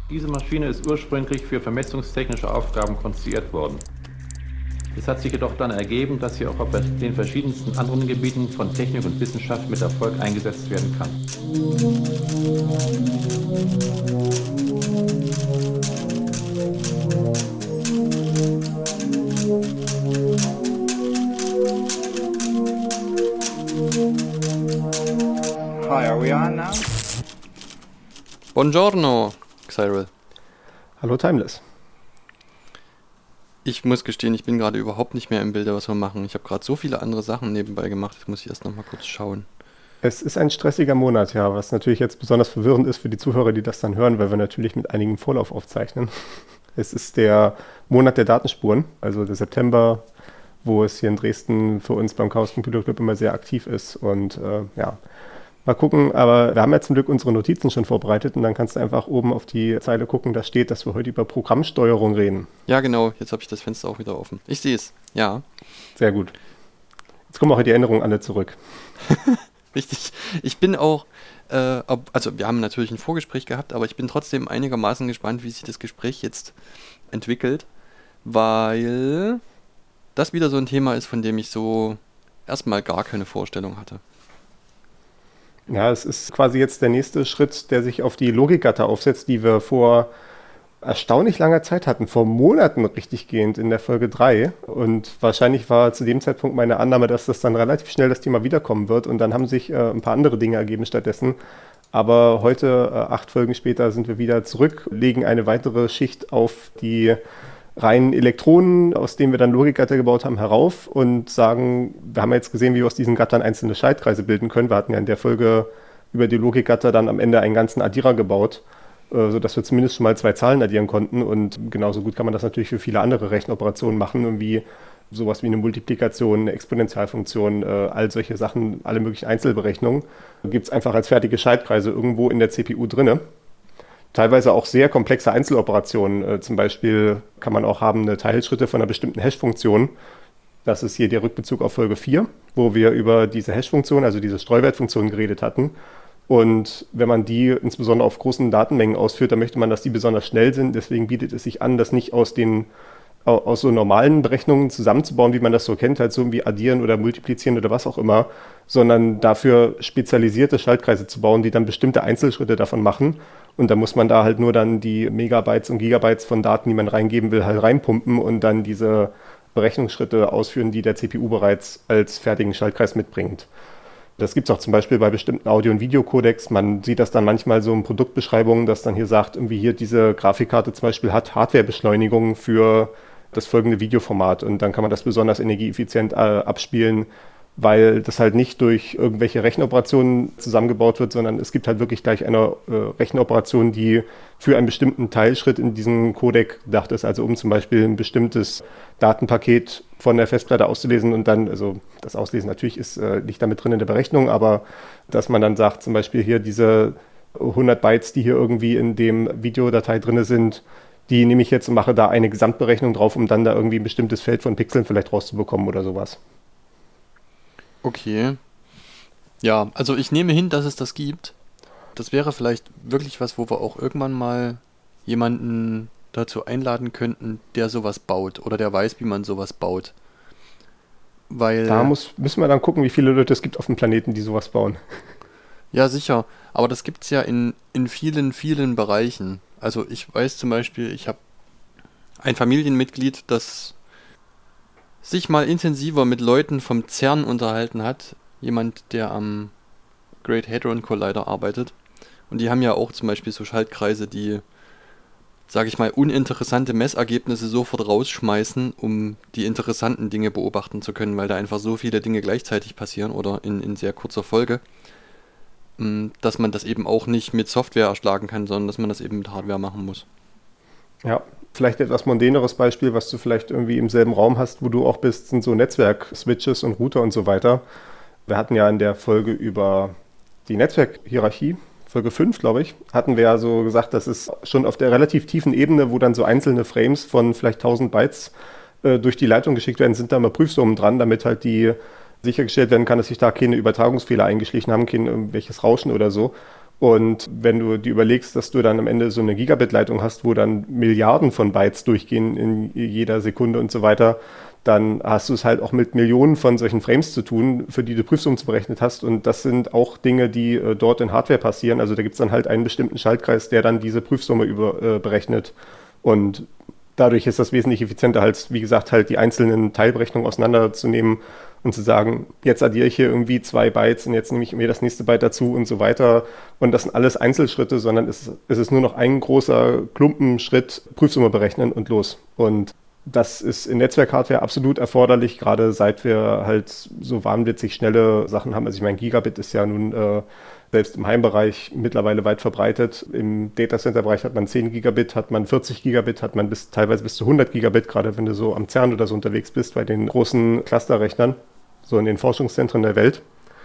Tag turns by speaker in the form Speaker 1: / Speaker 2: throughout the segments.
Speaker 1: Diese Maschine ist ursprünglich für vermessungstechnische Aufgaben konstruiert worden. Es hat sich jedoch dann ergeben, dass sie auch auf den verschiedensten anderen Gebieten von Technik und Wissenschaft mit Erfolg eingesetzt werden kann.
Speaker 2: Hi, are we on now?
Speaker 3: Buongiorno, Cyril.
Speaker 4: Hallo Timeless.
Speaker 3: Ich muss gestehen, ich bin gerade überhaupt nicht mehr im Bilde, was wir machen. Ich habe gerade so viele andere Sachen nebenbei gemacht, das muss ich erst noch mal kurz schauen.
Speaker 4: Es ist ein stressiger Monat, ja, was natürlich jetzt besonders verwirrend ist für die Zuhörer, die das dann hören, weil wir natürlich mit einigem Vorlauf aufzeichnen. Es ist der Monat der Datenspuren, also der September, wo es hier in Dresden für uns beim Chaos Computer Club immer sehr aktiv ist und ja, mal gucken, aber wir haben ja zum Glück unsere Notizen schon vorbereitet und dann kannst du einfach oben auf die Zeile gucken, da steht, dass wir heute über Programmsteuerung reden.
Speaker 3: Ja, genau, jetzt habe ich das Fenster auch wieder offen. Ich sehe es, ja.
Speaker 4: Sehr gut. Jetzt kommen auch die Erinnerungen alle zurück.
Speaker 3: Richtig. Ich bin auch, also wir haben natürlich ein Vorgespräch gehabt, aber ich bin trotzdem einigermaßen gespannt, wie sich das Gespräch jetzt entwickelt, weil das wieder so ein Thema ist, von dem ich so erstmal gar keine Vorstellung hatte.
Speaker 4: Ja, es ist quasi jetzt der nächste Schritt, der sich auf die Logikgatter aufsetzt, die wir vor erstaunlich langer Zeit hatten, vor Monaten richtig gehend in der Folge 3. Und wahrscheinlich war zu dem Zeitpunkt meine Annahme, dass das dann relativ schnell das Thema wiederkommen wird. Und dann haben sich ein paar andere Dinge ergeben stattdessen. Aber heute, 8 Folgen später, sind wir wieder zurück, legen eine weitere Schicht auf die reinen Elektronen, aus denen wir dann Logikgatter gebaut haben, herauf und sagen, wir haben jetzt gesehen, wie wir aus diesen Gattern einzelne Schaltkreise bilden können. Wir hatten ja in der Folge über die Logikgatter dann am Ende einen ganzen Addierer gebaut, sodass wir zumindest schon mal 2 Zahlen addieren konnten. Und genauso gut kann man das natürlich für viele andere Rechenoperationen machen, irgendwie sowas wie eine Multiplikation, eine Exponentialfunktion, all solche Sachen, alle möglichen Einzelberechnungen. Gibt es einfach als fertige Schaltkreise irgendwo in der CPU drinne. Teilweise auch sehr komplexe Einzeloperationen. Zum Beispiel kann man auch haben eine Teilschritte von einer bestimmten Hash-Funktion. Das ist hier der Rückbezug auf Folge 4, wo wir über diese Hash-Funktion, also diese Streuwertfunktion geredet hatten. Und wenn man die insbesondere auf großen Datenmengen ausführt, dann möchte man, dass die besonders schnell sind. Deswegen bietet es sich an, das nicht aus so normalen Berechnungen zusammenzubauen, wie man das so kennt, halt so irgendwie addieren oder multiplizieren oder was auch immer, sondern dafür spezialisierte Schaltkreise zu bauen, die dann bestimmte Einzelschritte davon machen. Und da muss man da halt nur dann die Megabytes und Gigabytes von Daten, die man reingeben will, halt reinpumpen und dann diese Berechnungsschritte ausführen, die der CPU bereits als fertigen Schaltkreis mitbringt. Das gibt es auch zum Beispiel bei bestimmten Audio- und Videocodecs. Man sieht das dann manchmal so in Produktbeschreibungen, dass dann hier sagt, irgendwie hier diese Grafikkarte zum Beispiel hat Hardwarebeschleunigung für das folgende Videoformat. Und dann kann man das besonders energieeffizient abspielen, weil das halt nicht durch irgendwelche Rechenoperationen zusammengebaut wird, sondern es gibt halt wirklich gleich eine Rechenoperation, die für einen bestimmten Teilschritt in diesem Codec gedacht ist, also um zum Beispiel ein bestimmtes Datenpaket von der Festplatte auszulesen und dann, also das Auslesen natürlich ist nicht damit drin in der Berechnung, aber dass man dann sagt, zum Beispiel hier diese 100 Bytes, die hier irgendwie in dem Videodatei drin sind, die nehme ich jetzt und mache da eine Gesamtberechnung drauf, um dann da irgendwie ein bestimmtes Feld von Pixeln vielleicht rauszubekommen oder sowas.
Speaker 3: Okay. Ja, also ich nehme hin, dass es das gibt. Das wäre vielleicht wirklich was, wo wir auch irgendwann mal jemanden dazu einladen könnten, der sowas baut oder der weiß, wie man sowas baut. Weil
Speaker 4: Da müssen wir dann gucken, wie viele Leute es gibt auf dem Planeten, die sowas bauen.
Speaker 3: ja, sicher. Aber das gibt's ja in vielen, vielen Bereichen. Also ich weiß zum Beispiel, ich habe ein Familienmitglied, das sich mal intensiver mit Leuten vom CERN unterhalten hat. Jemand, der am Great Hadron Collider arbeitet. Und die haben ja auch zum Beispiel so Schaltkreise, die, sage ich mal, uninteressante Messergebnisse sofort rausschmeißen, um die interessanten Dinge beobachten zu können, weil da einfach so viele Dinge gleichzeitig passieren oder in sehr kurzer Folge, dass man das eben auch nicht mit Software erschlagen kann, sondern dass man das eben mit Hardware machen muss.
Speaker 4: Ja, vielleicht etwas mondäneres Beispiel, was du vielleicht irgendwie im selben Raum hast, wo du auch bist, sind so Netzwerk-Switches und Router und so weiter. Wir hatten ja in der Folge über die Netzwerkhierarchie, Folge 5, glaube ich, hatten wir ja so gesagt, das ist schon auf der relativ tiefen Ebene, wo dann so einzelne Frames von vielleicht 1000 Bytes durch die Leitung geschickt werden, sind da mal Prüfsummen dran, damit halt die sichergestellt werden kann, dass sich da keine Übertragungsfehler eingeschlichen haben, kein irgendwelches Rauschen oder so. Und wenn du dir überlegst, dass du dann am Ende so eine Gigabit-Leitung hast, wo dann Milliarden von Bytes durchgehen in jeder Sekunde und so weiter, dann hast du es halt auch mit Millionen von solchen Frames zu tun, für die du Prüfsummen berechnet hast. Und das sind auch Dinge, die dort in Hardware passieren. Also da gibt es dann halt einen bestimmten Schaltkreis, der dann diese Prüfsumme berechnet. Und dadurch ist das wesentlich effizienter, als, wie gesagt, halt die einzelnen Teilberechnungen auseinanderzunehmen und zu sagen, jetzt addiere ich hier irgendwie 2 Bytes und jetzt nehme ich mir das nächste Byte dazu und so weiter. Und das sind alles Einzelschritte, sondern es ist nur noch ein großer Klumpenschritt, Prüfsumme berechnen und los. Und das ist in Netzwerkhardware absolut erforderlich, gerade seit wir halt so wahnwitzig schnelle Sachen haben. Also ich meine, Gigabit ist ja nun selbst im Heimbereich mittlerweile weit verbreitet. Im Datacenter-Bereich hat man 10 Gigabit, hat man 40 Gigabit, hat man teilweise bis zu 100 Gigabit, gerade wenn du so am CERN oder so unterwegs bist, bei den großen Clusterrechnern, so in den Forschungszentren der Welt.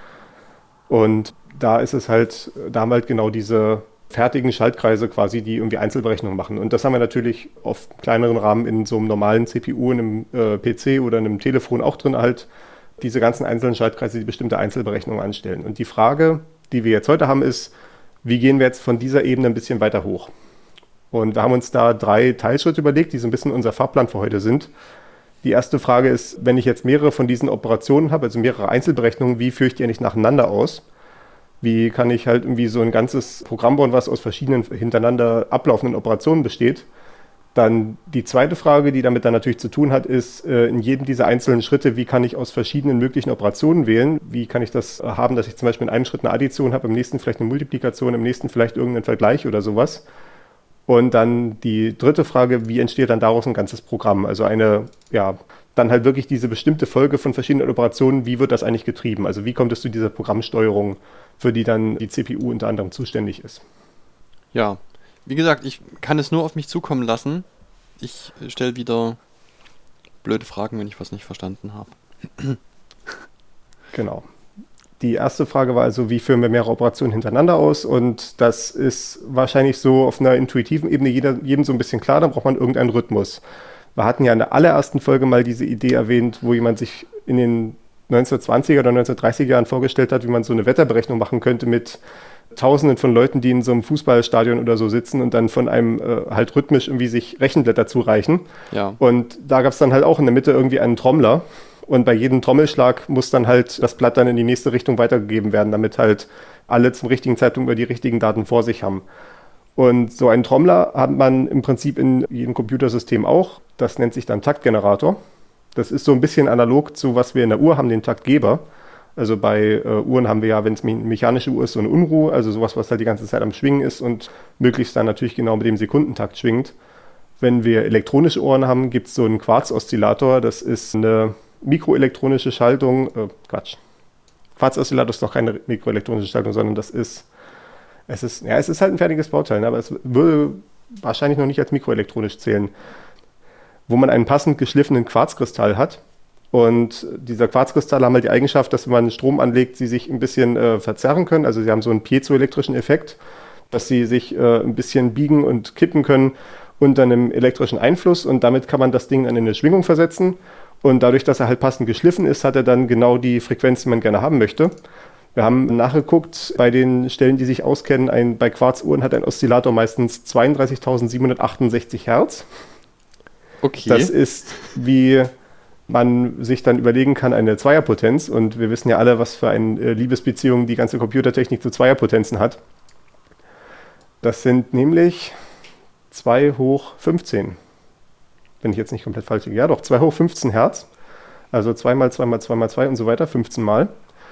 Speaker 4: Und da ist es halt, da haben halt genau diese fertigen Schaltkreise quasi, die irgendwie Einzelberechnungen machen. Und das haben wir natürlich auf kleineren Rahmen in so einem normalen CPU, in einem PC oder in einem Telefon auch drin halt, diese ganzen einzelnen Schaltkreise, die bestimmte Einzelberechnungen anstellen. Und die Frage, die wir jetzt heute haben, ist, wie gehen wir jetzt von dieser Ebene ein bisschen weiter hoch? Und wir haben uns da 3 Teilschritte überlegt, die so ein bisschen unser Fahrplan für heute sind. Die erste Frage ist, wenn ich jetzt mehrere von diesen Operationen habe, also mehrere Einzelberechnungen, wie führe ich die eigentlich nacheinander aus? Wie kann ich halt irgendwie so ein ganzes Programm bauen, was aus verschiedenen hintereinander ablaufenden Operationen besteht? Dann die zweite Frage, die damit dann natürlich zu tun hat, ist in jedem dieser einzelnen Schritte, wie kann ich aus verschiedenen möglichen Operationen wählen? Wie kann ich das haben, dass ich zum Beispiel in einem Schritt eine Addition habe, im nächsten vielleicht eine Multiplikation, im nächsten vielleicht irgendeinen Vergleich oder sowas? Und dann die dritte Frage, wie entsteht dann daraus ein ganzes Programm? Also dann halt wirklich diese bestimmte Folge von verschiedenen Operationen, wie wird das eigentlich getrieben? Also wie kommt es zu dieser Programmsteuerung, für die dann die CPU unter anderem zuständig ist?
Speaker 3: Ja, wie gesagt, ich kann es nur auf mich zukommen lassen. Ich stelle wieder blöde Fragen, wenn ich was nicht verstanden habe.
Speaker 4: Genau. Die erste Frage war also, wie führen wir mehrere Operationen hintereinander aus? Und das ist wahrscheinlich so auf einer intuitiven Ebene jedem so ein bisschen klar, dann braucht man irgendeinen Rhythmus. Wir hatten ja in der allerersten Folge mal diese Idee erwähnt, wo jemand sich in den 1920er oder 1930er Jahren vorgestellt hat, wie man so eine Wetterberechnung machen könnte mit Tausenden von Leuten, die in so einem Fußballstadion oder so sitzen und dann von einem halt rhythmisch irgendwie sich Rechenblätter zureichen.
Speaker 3: Ja.
Speaker 4: Und da gab es dann halt auch in der Mitte irgendwie einen Trommler. Und bei jedem Trommelschlag muss dann halt das Blatt dann in die nächste Richtung weitergegeben werden, damit halt alle zum richtigen Zeitpunkt über die richtigen Daten vor sich haben. Und so einen Trommler hat man im Prinzip in jedem Computersystem auch. Das nennt sich dann Taktgenerator. Das ist so ein bisschen analog zu, was wir in der Uhr haben, den Taktgeber. Also bei Uhren haben wir ja, wenn es eine mechanische Uhr ist, so eine Unruhe, also sowas, was halt die ganze Zeit am Schwingen ist und möglichst dann natürlich genau mit dem Sekundentakt schwingt. Wenn wir elektronische Uhren haben, gibt es so einen Quarz-Oszillator. Das ist eine mikroelektronische Schaltung. Quarz-Oszillator ist noch keine mikroelektronische Schaltung, sondern es ist halt ein fertiges Bauteil, aber es würde wahrscheinlich noch nicht als mikroelektronisch zählen, wo man einen passend geschliffenen Quarzkristall hat. Und dieser Quarzkristalle haben halt die Eigenschaft, dass wenn man Strom anlegt, sie sich ein bisschen verzerren können. Also sie haben so einen piezoelektrischen Effekt, dass sie sich ein bisschen biegen und kippen können unter einem elektrischen Einfluss. Und damit kann man das Ding dann in eine Schwingung versetzen. Und dadurch, dass er halt passend geschliffen ist, hat er dann genau die Frequenz, die man gerne haben möchte. Wir haben nachgeguckt, bei den Stellen, die sich auskennen, bei Quarzuhren hat ein Oszillator meistens 32.768 Hertz.
Speaker 3: Okay.
Speaker 4: Das ist, wie man sich dann überlegen kann, eine Zweierpotenz. Und wir wissen ja alle, was für eine Liebesbeziehung die ganze Computertechnik zu Zweierpotenzen hat. Das sind nämlich 2 hoch 15. Wenn ich jetzt nicht komplett falsch liege. Ja doch, 2 hoch 15 Hertz. Also 2 mal 2 mal 2 mal 2 und so weiter, 15 Mal.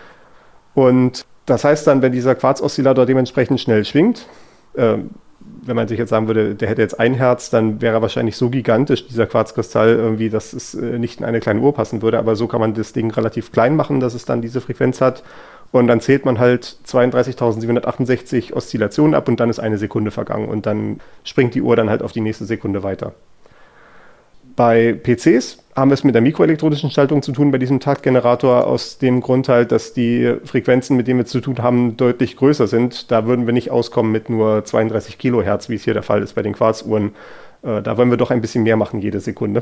Speaker 4: Und das heißt dann, wenn dieser Quarz-Oszillator dementsprechend schnell schwingt, wenn man sich jetzt sagen würde, der hätte jetzt 1 Hertz, dann wäre er wahrscheinlich so gigantisch, dieser Quarzkristall, irgendwie, dass es nicht in eine kleine Uhr passen würde. Aber so kann man das Ding relativ klein machen, dass es dann diese Frequenz hat. Und dann zählt man halt 32.768 Oszillationen ab und dann ist 1 Sekunde vergangen. Und dann springt die Uhr dann halt auf die nächste Sekunde weiter. Bei PCs haben wir es mit der mikroelektronischen Schaltung zu tun bei diesem Taktgenerator, aus dem Grund halt, dass die Frequenzen, mit denen wir zu tun haben, deutlich größer sind. Da würden wir nicht auskommen mit nur 32 Kilohertz, wie es hier der Fall ist bei den Quarzuhren. Da wollen wir doch ein bisschen mehr machen jede Sekunde.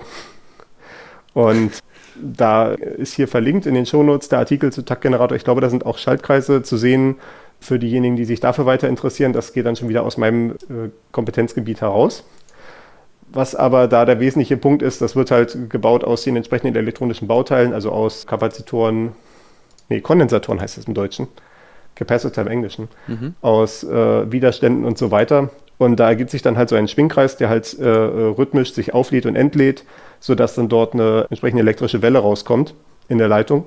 Speaker 4: Und da ist hier verlinkt in den Shownotes der Artikel zu Taktgenerator. Ich glaube, da sind auch Schaltkreise zu sehen, Für diejenigen, die sich dafür weiter interessieren, das geht dann schon wieder aus meinem Kompetenzgebiet heraus. Was aber da der wesentliche Punkt ist, das wird halt gebaut aus den entsprechenden elektronischen Bauteilen, also aus Kondensatoren heißt es im Deutschen, Capacitor im Englischen, aus Widerständen und so weiter. Und da ergibt sich dann halt so ein Schwingkreis, der halt rhythmisch sich auflädt und entlädt, sodass dann dort eine entsprechende elektrische Welle rauskommt in der Leitung.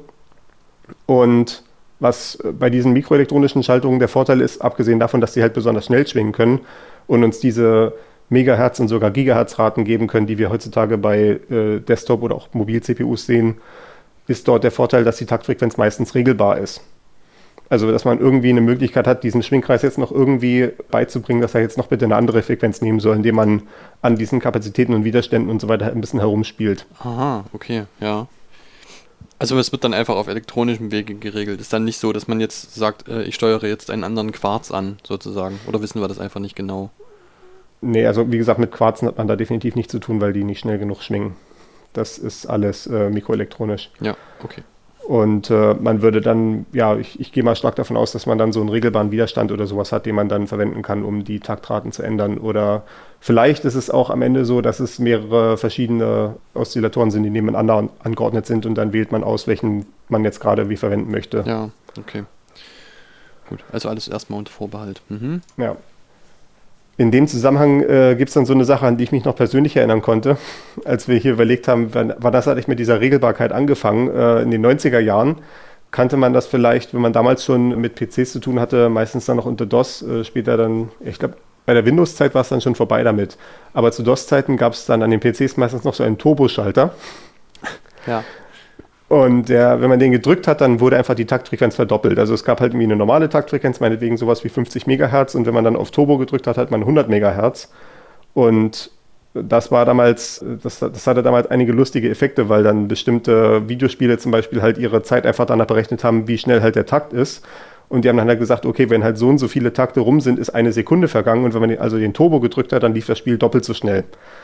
Speaker 4: Und was bei diesen mikroelektronischen Schaltungen der Vorteil ist, abgesehen davon, dass sie halt besonders schnell schwingen können und uns diese Megahertz und sogar Gigahertz-Raten geben können, die wir heutzutage bei Desktop- oder auch Mobil-CPUs sehen, ist dort der Vorteil, dass die Taktfrequenz meistens regelbar ist. Also, dass man irgendwie eine Möglichkeit hat, diesen Schwingkreis jetzt noch irgendwie beizubringen, dass er jetzt noch bitte eine andere Frequenz nehmen soll, indem man an diesen Kapazitäten und Widerständen und so weiter ein bisschen herumspielt.
Speaker 3: Aha, okay, ja. Also es wird dann einfach auf elektronischem Wege geregelt. Ist dann nicht so, dass man jetzt sagt, ich steuere jetzt einen anderen Quarz an, sozusagen. Oder wissen wir das einfach nicht genau?
Speaker 4: Nee, also wie gesagt, mit Quarzen hat man da definitiv nichts zu tun, weil die nicht schnell genug schwingen. Das ist alles mikroelektronisch.
Speaker 3: Ja, okay.
Speaker 4: Und man würde dann, ja, ich gehe mal stark davon aus, dass man dann so einen regelbaren Widerstand oder sowas hat, den man dann verwenden kann, um die Taktraten zu ändern. Oder vielleicht ist es auch am Ende so, dass es mehrere verschiedene Oszillatoren sind, die nebeneinander angeordnet sind und dann wählt man aus, welchen man jetzt gerade wie verwenden möchte.
Speaker 3: Ja, okay. Gut, also alles erstmal unter Vorbehalt.
Speaker 4: Ja. In dem Zusammenhang gibt es dann so eine Sache, an die ich mich noch persönlich erinnern konnte, als wir hier überlegt haben, wann das eigentlich mit dieser Regelbarkeit angefangen. In den 90er Jahren kannte man das vielleicht, wenn man damals schon mit PCs zu tun hatte, meistens dann noch unter DOS, später dann, ich glaube, bei der Windows-Zeit war es dann schon vorbei damit. Aber zu DOS-Zeiten gab es dann an den PCs meistens noch so einen Turboschalter.
Speaker 3: Ja.
Speaker 4: Und wenn man den gedrückt hat, dann wurde einfach die Taktfrequenz verdoppelt. Also es gab halt irgendwie eine normale Taktfrequenz, meinetwegen sowas wie 50 Megahertz. Und wenn man dann auf Turbo gedrückt hat, hat man 100 Megahertz. Und das war damals, das hatte damals einige lustige Effekte, weil dann bestimmte Videospiele zum Beispiel halt ihre Zeit einfach danach berechnet haben, wie schnell halt der Takt ist. Und die haben dann halt gesagt, okay, wenn halt so und so viele Takte rum sind, ist eine Sekunde vergangen. Und wenn man also den Turbo gedrückt hat, dann lief das Spiel doppelt so schnell.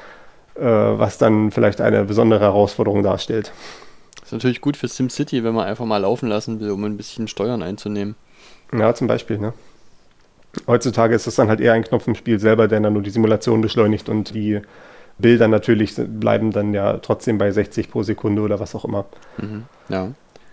Speaker 4: Was dann vielleicht eine besondere Herausforderung darstellt.
Speaker 3: Ist natürlich gut für SimCity, wenn man einfach mal laufen lassen will, um ein bisschen Steuern einzunehmen.
Speaker 4: Ja, zum Beispiel, ne? Heutzutage ist es dann halt eher ein Knopf im Spiel selber, der dann nur die Simulation beschleunigt und die Bilder natürlich bleiben dann ja trotzdem bei 60 pro Sekunde oder was auch immer.
Speaker 3: Ja.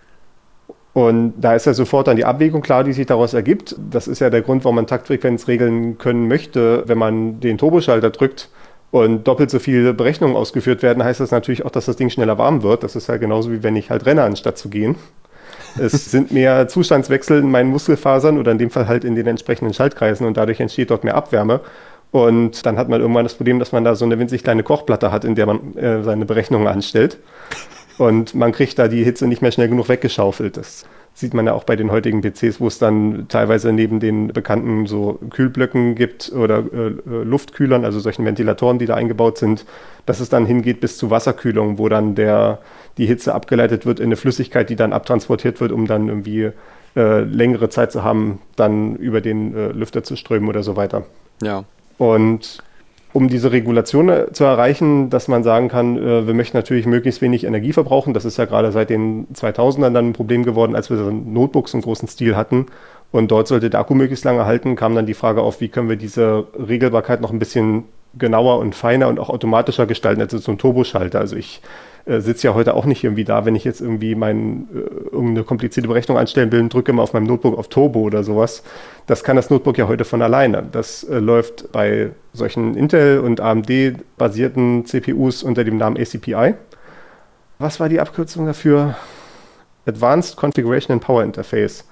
Speaker 4: Und da ist ja sofort dann die Abwägung klar, die sich daraus ergibt. Das ist ja der Grund, warum man Taktfrequenz regeln können möchte, wenn man den Turboschalter drückt und doppelt so viele Berechnungen ausgeführt werden, heißt das natürlich auch, dass das Ding schneller warm wird. Das ist ja genauso wie wenn ich halt renne, anstatt zu gehen. Es sind mehr Zustandswechsel in meinen Muskelfasern oder in dem Fall halt in den entsprechenden Schaltkreisen und dadurch entsteht dort mehr Abwärme. Und dann hat man irgendwann das Problem, dass man da so eine winzig kleine Kochplatte hat, in der man seine Berechnungen anstellt. Und man kriegt da die Hitze nicht mehr schnell genug weggeschaufelt. Das sieht man ja auch bei den heutigen PCs, wo es dann teilweise neben den bekannten so Kühlblöcken gibt oder Luftkühlern, also solchen Ventilatoren, die da eingebaut sind, dass es dann hingeht bis zu Wasserkühlung, wo dann die Hitze abgeleitet wird in eine Flüssigkeit, die dann abtransportiert wird, um dann irgendwie längere Zeit zu haben, dann über den Lüfter zu strömen oder so weiter.
Speaker 3: Ja.
Speaker 4: Und um diese Regulation zu erreichen, dass man sagen kann, wir möchten natürlich möglichst wenig Energie verbrauchen. Das ist ja gerade seit den 2000ern dann ein Problem geworden, als wir so Notebooks im großen Stil hatten. Und dort sollte der Akku möglichst lange halten, kam dann die Frage auf, wie können wir diese Regelbarkeit noch ein bisschen genauer und feiner und auch automatischer gestalten als so ein Turboschalter. Also ich sitze ja heute auch nicht irgendwie da, wenn ich jetzt irgendwie irgendeine komplizierte Berechnung anstellen will und drücke mal auf meinem Notebook auf Turbo oder sowas. Das kann das Notebook ja heute von alleine. Das läuft bei solchen Intel- und AMD-basierten CPUs unter dem Namen ACPI. Was war die Abkürzung dafür? Advanced Configuration and Power Interface.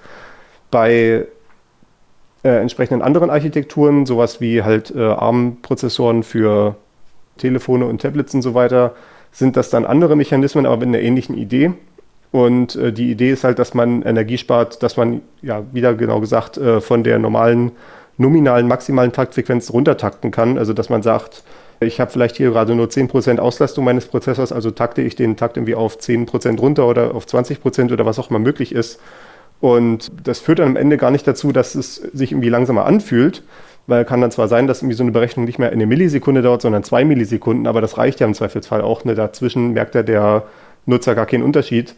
Speaker 4: Bei entsprechenden anderen Architekturen, sowas wie halt ARM-Prozessoren für Telefone und Tablets und so weiter, sind das dann andere Mechanismen, aber mit einer ähnlichen Idee. Und die Idee ist halt, dass man Energie spart, dass man, ja, wieder genau gesagt, von der normalen nominalen maximalen Taktfrequenz runtertakten kann. Also, dass man sagt, ich habe vielleicht hier gerade nur 10% Auslastung meines Prozessors, also takte ich den Takt irgendwie auf 10% runter oder auf 20% oder was auch immer möglich ist. Und das führt dann am Ende gar nicht dazu, dass es sich irgendwie langsamer anfühlt, weil kann dann zwar sein, dass irgendwie so eine Berechnung nicht mehr eine Millisekunde dauert, sondern 2 Millisekunden, aber das reicht ja im Zweifelsfall auch. Ne? Dazwischen merkt ja der Nutzer gar keinen Unterschied.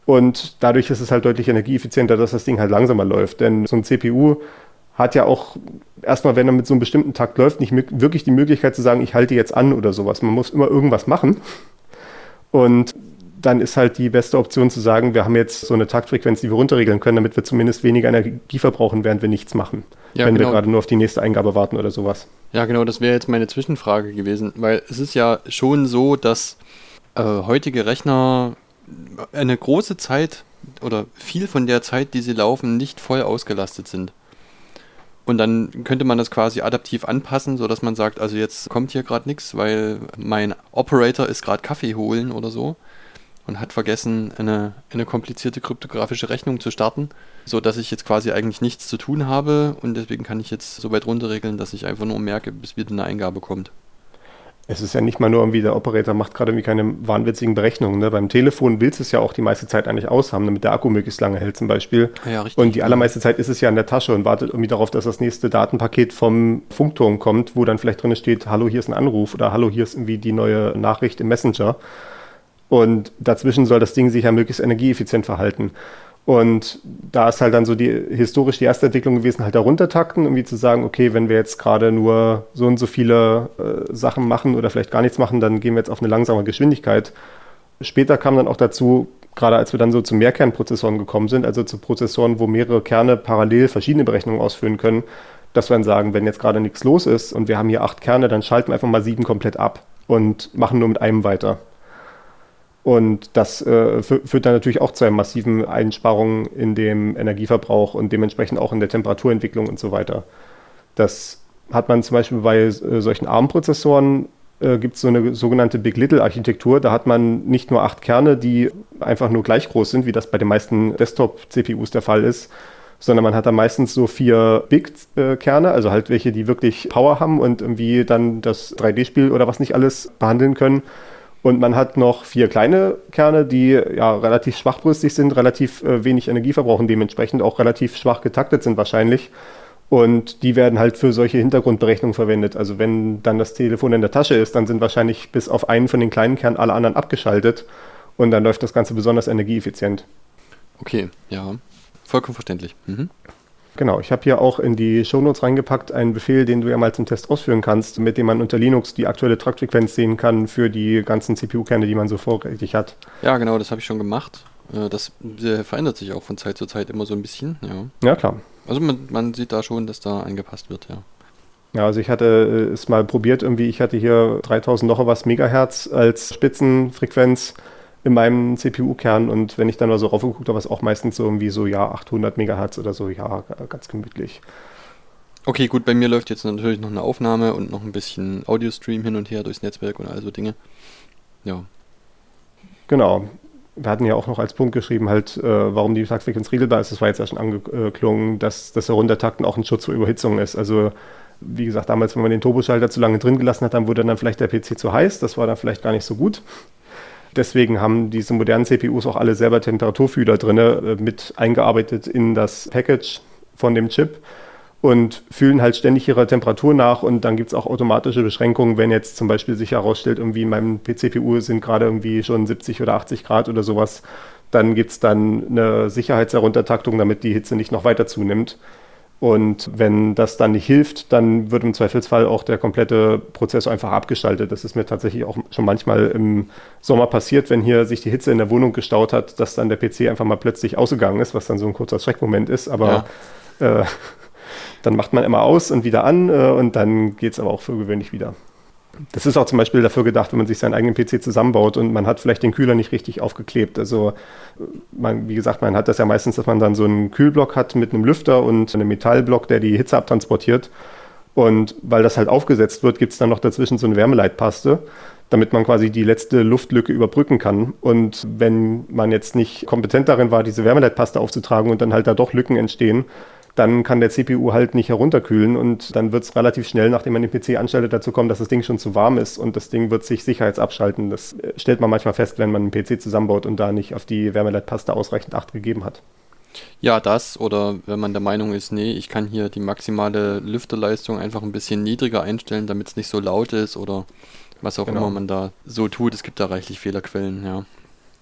Speaker 4: Und dadurch ist es halt deutlich energieeffizienter, dass das Ding halt langsamer läuft. Denn so ein CPU hat ja auch erstmal, wenn er mit so einem bestimmten Takt läuft, nicht wirklich die Möglichkeit zu sagen, ich halte jetzt an oder sowas. Man muss immer irgendwas machen. Und dann ist halt die beste Option zu sagen, wir haben jetzt so eine Taktfrequenz, die wir runterregeln können, damit wir zumindest weniger Energie verbrauchen, während wir nichts machen.
Speaker 3: Ja,
Speaker 4: wenn
Speaker 3: genau.
Speaker 4: wir gerade nur auf die nächste Eingabe warten oder sowas.
Speaker 3: Ja, genau, das wäre jetzt meine Zwischenfrage gewesen, weil es ist ja schon so, dass heutige Rechner eine große Zeit oder viel von der Zeit, die sie laufen, nicht voll ausgelastet sind. Und dann könnte man das quasi adaptiv anpassen, sodass man sagt, also jetzt kommt hier gerade nichts, weil mein Operator ist gerade Kaffee holen oder so und hat vergessen, eine komplizierte kryptografische Rechnung zu starten, sodass ich jetzt quasi eigentlich nichts zu tun habe und deswegen kann ich jetzt so weit runterregeln, dass ich einfach nur merke, bis wieder eine Eingabe kommt.
Speaker 4: Es ist ja nicht mal nur irgendwie, der Operator macht gerade irgendwie keine wahnwitzigen Berechnungen. Ne? Beim Telefon willst du es ja auch die meiste Zeit eigentlich aushaben, damit der Akku möglichst lange hält zum Beispiel.
Speaker 3: Ja, richtig.
Speaker 4: Und die allermeiste Zeit ist es ja in der Tasche und wartet irgendwie darauf, dass das nächste Datenpaket vom Funkturm kommt, wo dann vielleicht drin steht, hallo, hier ist ein Anruf oder hallo, hier ist irgendwie die neue Nachricht im Messenger. Und dazwischen soll das Ding sich ja möglichst energieeffizient verhalten. Und da ist halt dann so historisch die erste Entwicklung gewesen, halt da runtertakten, irgendwie zu sagen, okay, wenn wir jetzt gerade nur so und so viele Sachen machen oder vielleicht gar nichts machen, dann gehen wir jetzt auf eine langsame Geschwindigkeit. Später kam dann auch dazu, gerade als wir dann so zu Mehrkernprozessoren gekommen sind, also zu Prozessoren, wo mehrere Kerne parallel verschiedene Berechnungen ausführen können, dass wir dann sagen, wenn jetzt gerade nichts los ist und wir haben hier 8 Kerne, dann schalten wir einfach mal 7 komplett ab und machen nur mit einem weiter. Und das führt dann natürlich auch zu einer massiven Einsparung in dem Energieverbrauch und dementsprechend auch in der Temperaturentwicklung und so weiter. Das hat man zum Beispiel bei solchen ARM-Prozessoren, gibt es so eine sogenannte Big-Little-Architektur. Da hat man nicht nur 8 Kerne, die einfach nur gleich groß sind, wie das bei den meisten Desktop-CPUs der Fall ist, sondern man hat da meistens so 4 Big-Kerne, also halt welche, die wirklich Power haben und irgendwie dann das 3D-Spiel oder was nicht alles behandeln können. Und man hat noch 4 kleine Kerne, die ja relativ schwachbrüstig sind, relativ wenig Energie verbrauchen, dementsprechend auch relativ schwach getaktet sind wahrscheinlich. Und die werden halt für solche Hintergrundberechnungen verwendet. Also wenn dann das Telefon in der Tasche ist, dann sind wahrscheinlich bis auf einen von den kleinen Kernen alle anderen abgeschaltet. Und dann läuft das Ganze besonders energieeffizient.
Speaker 3: Okay, ja, vollkommen verständlich. Mhm.
Speaker 4: Genau, ich habe hier auch in die Shownotes reingepackt einen Befehl, den du ja mal zum Test ausführen kannst, mit dem man unter Linux die aktuelle Taktfrequenz sehen kann für die ganzen CPU-Kerne, die man so vorrätig hat.
Speaker 3: Ja, genau, das habe ich schon gemacht. Das verändert sich auch von Zeit zu Zeit immer so ein bisschen. Ja,
Speaker 4: Ja, klar.
Speaker 3: also man sieht da schon, dass da angepasst wird, ja.
Speaker 4: Ja, also ich hatte es mal probiert irgendwie, ich hatte hier 3000 noch was Megahertz als Spitzenfrequenz in meinem CPU-Kern und wenn ich dann mal so raufgeguckt habe, war es auch meistens so irgendwie so, ja, 800 Megahertz oder so, ja, ganz gemütlich.
Speaker 3: Okay, gut, bei mir läuft jetzt natürlich noch eine Aufnahme und noch ein bisschen Audio-Stream hin und her durchs Netzwerk und all so Dinge. Ja.
Speaker 4: Genau. Wir hatten ja auch noch als Punkt geschrieben, halt, warum die Taktfrequenz regelbar ist. Das war jetzt ja schon angeklungen, dass das Heruntertakten auch ein Schutz vor Überhitzung ist. Also, wie gesagt, damals, wenn man den Turboschalter zu lange drin gelassen hat, dann wurde dann vielleicht der PC zu heiß. Das war dann vielleicht gar nicht so gut. Deswegen haben diese modernen CPUs auch alle selber Temperaturfühler drin, mit eingearbeitet in das Package von dem Chip und fühlen halt ständig ihre Temperatur nach und dann gibt es auch automatische Beschränkungen, wenn jetzt zum Beispiel sich herausstellt, irgendwie in meinem CPU sind gerade irgendwie schon 70 oder 80 Grad oder sowas, dann gibt es dann eine Sicherheitsheruntertaktung, damit die Hitze nicht noch weiter zunimmt. Und wenn das dann nicht hilft, dann wird im Zweifelsfall auch der komplette Prozessor einfach abgeschaltet. Das ist mir tatsächlich auch schon manchmal im Sommer passiert, wenn hier sich die Hitze in der Wohnung gestaut hat, dass dann der PC einfach mal plötzlich ausgegangen ist, was dann so ein kurzer Schreckmoment ist. Aber dann macht man immer aus und wieder an und dann geht es aber auch für gewöhnlich wieder. Das ist auch zum Beispiel dafür gedacht, wenn man sich seinen eigenen PC zusammenbaut und man hat vielleicht den Kühler nicht richtig aufgeklebt. Also wie gesagt, man hat das ja meistens, dass man dann so einen Kühlblock hat mit einem Lüfter und einem Metallblock, der die Hitze abtransportiert. Und weil das halt aufgesetzt wird, gibt es dann noch dazwischen so eine Wärmeleitpaste, damit man quasi die letzte Luftlücke überbrücken kann. Und wenn man jetzt nicht kompetent darin war, diese Wärmeleitpaste aufzutragen und dann halt da doch Lücken entstehen, dann kann der CPU halt nicht herunterkühlen und dann wird es relativ schnell, nachdem man den PC anstellt, dazu kommen, dass das Ding schon zu warm ist und das Ding wird sich sicherheitsabschalten. Das stellt man manchmal fest, wenn man einen PC zusammenbaut und da nicht auf die Wärmeleitpaste ausreichend Acht gegeben hat.
Speaker 3: Ja, das oder wenn man der Meinung ist, nee, ich kann hier die maximale Lüfterleistung einfach ein bisschen niedriger einstellen, damit es nicht so laut ist oder was auch immer man da so tut. Es gibt da reichlich Fehlerquellen, ja.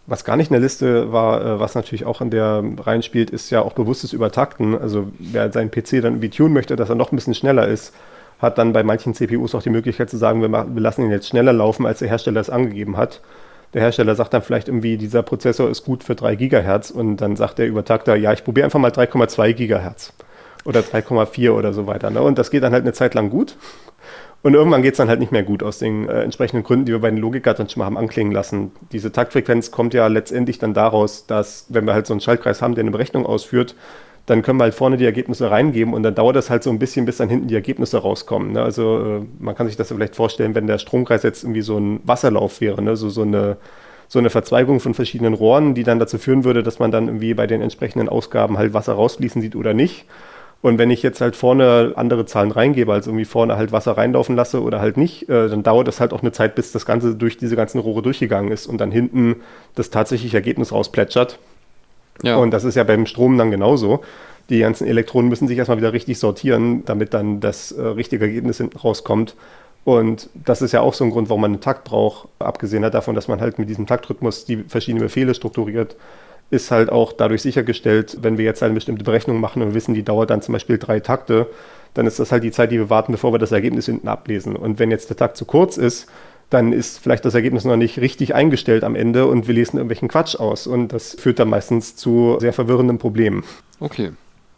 Speaker 4: Was gar nicht in der Liste war, was natürlich auch in der reinspielt, ist ja auch bewusstes Übertakten. Also wer seinen PC dann irgendwie tunen möchte, dass er noch ein bisschen schneller ist, hat dann bei manchen CPUs auch die Möglichkeit zu sagen, wir lassen ihn jetzt schneller laufen, als der Hersteller es angegeben hat. Der Hersteller sagt dann vielleicht irgendwie, dieser Prozessor ist gut für 3 Gigahertz und dann sagt der Übertakter, ja, ich probiere einfach mal 3,2 Gigahertz oder 3,4 oder so weiter. Ne? Und das geht dann halt eine Zeit lang gut. Und irgendwann geht es dann halt nicht mehr gut aus den entsprechenden Gründen, die wir bei den Logikgattern schon mal haben anklingen lassen. Diese Taktfrequenz kommt ja letztendlich dann daraus, dass, wenn wir halt so einen Schaltkreis haben, der eine Berechnung ausführt, dann können wir halt vorne die Ergebnisse reingeben und dann dauert das halt so ein bisschen, bis dann hinten die Ergebnisse rauskommen. Ne? Also man kann sich das vielleicht vorstellen, wenn der Stromkreis jetzt irgendwie so ein Wasserlauf wäre, ne? So eine Verzweigung von verschiedenen Rohren, die dann dazu führen würde, dass man dann irgendwie bei den entsprechenden Ausgaben halt Wasser rausfließen sieht oder nicht. Und wenn ich jetzt halt vorne andere Zahlen reingebe, also irgendwie vorne halt Wasser reinlaufen lasse oder halt nicht, dann dauert das halt auch eine Zeit, bis das Ganze durch diese ganzen Rohre durchgegangen ist und dann hinten das tatsächliche Ergebnis rausplätschert. Ja. Und das ist ja beim Strom dann genauso. Die ganzen Elektronen müssen sich erstmal wieder richtig sortieren, damit dann das richtige Ergebnis hinten rauskommt. Und das ist ja auch so ein Grund, warum man einen Takt braucht, abgesehen davon, dass man halt mit diesem Taktrhythmus die verschiedenen Befehle strukturiert, ist halt auch dadurch sichergestellt, wenn wir jetzt eine bestimmte Berechnung machen und wissen, die dauert dann zum Beispiel 3 Takte, dann ist das halt die Zeit, die wir warten, bevor wir das Ergebnis hinten ablesen. Und wenn jetzt der Takt zu kurz ist, dann ist vielleicht das Ergebnis noch nicht richtig eingestellt am Ende und wir lesen irgendwelchen Quatsch aus. Und das führt dann meistens zu sehr verwirrenden Problemen.
Speaker 3: Okay.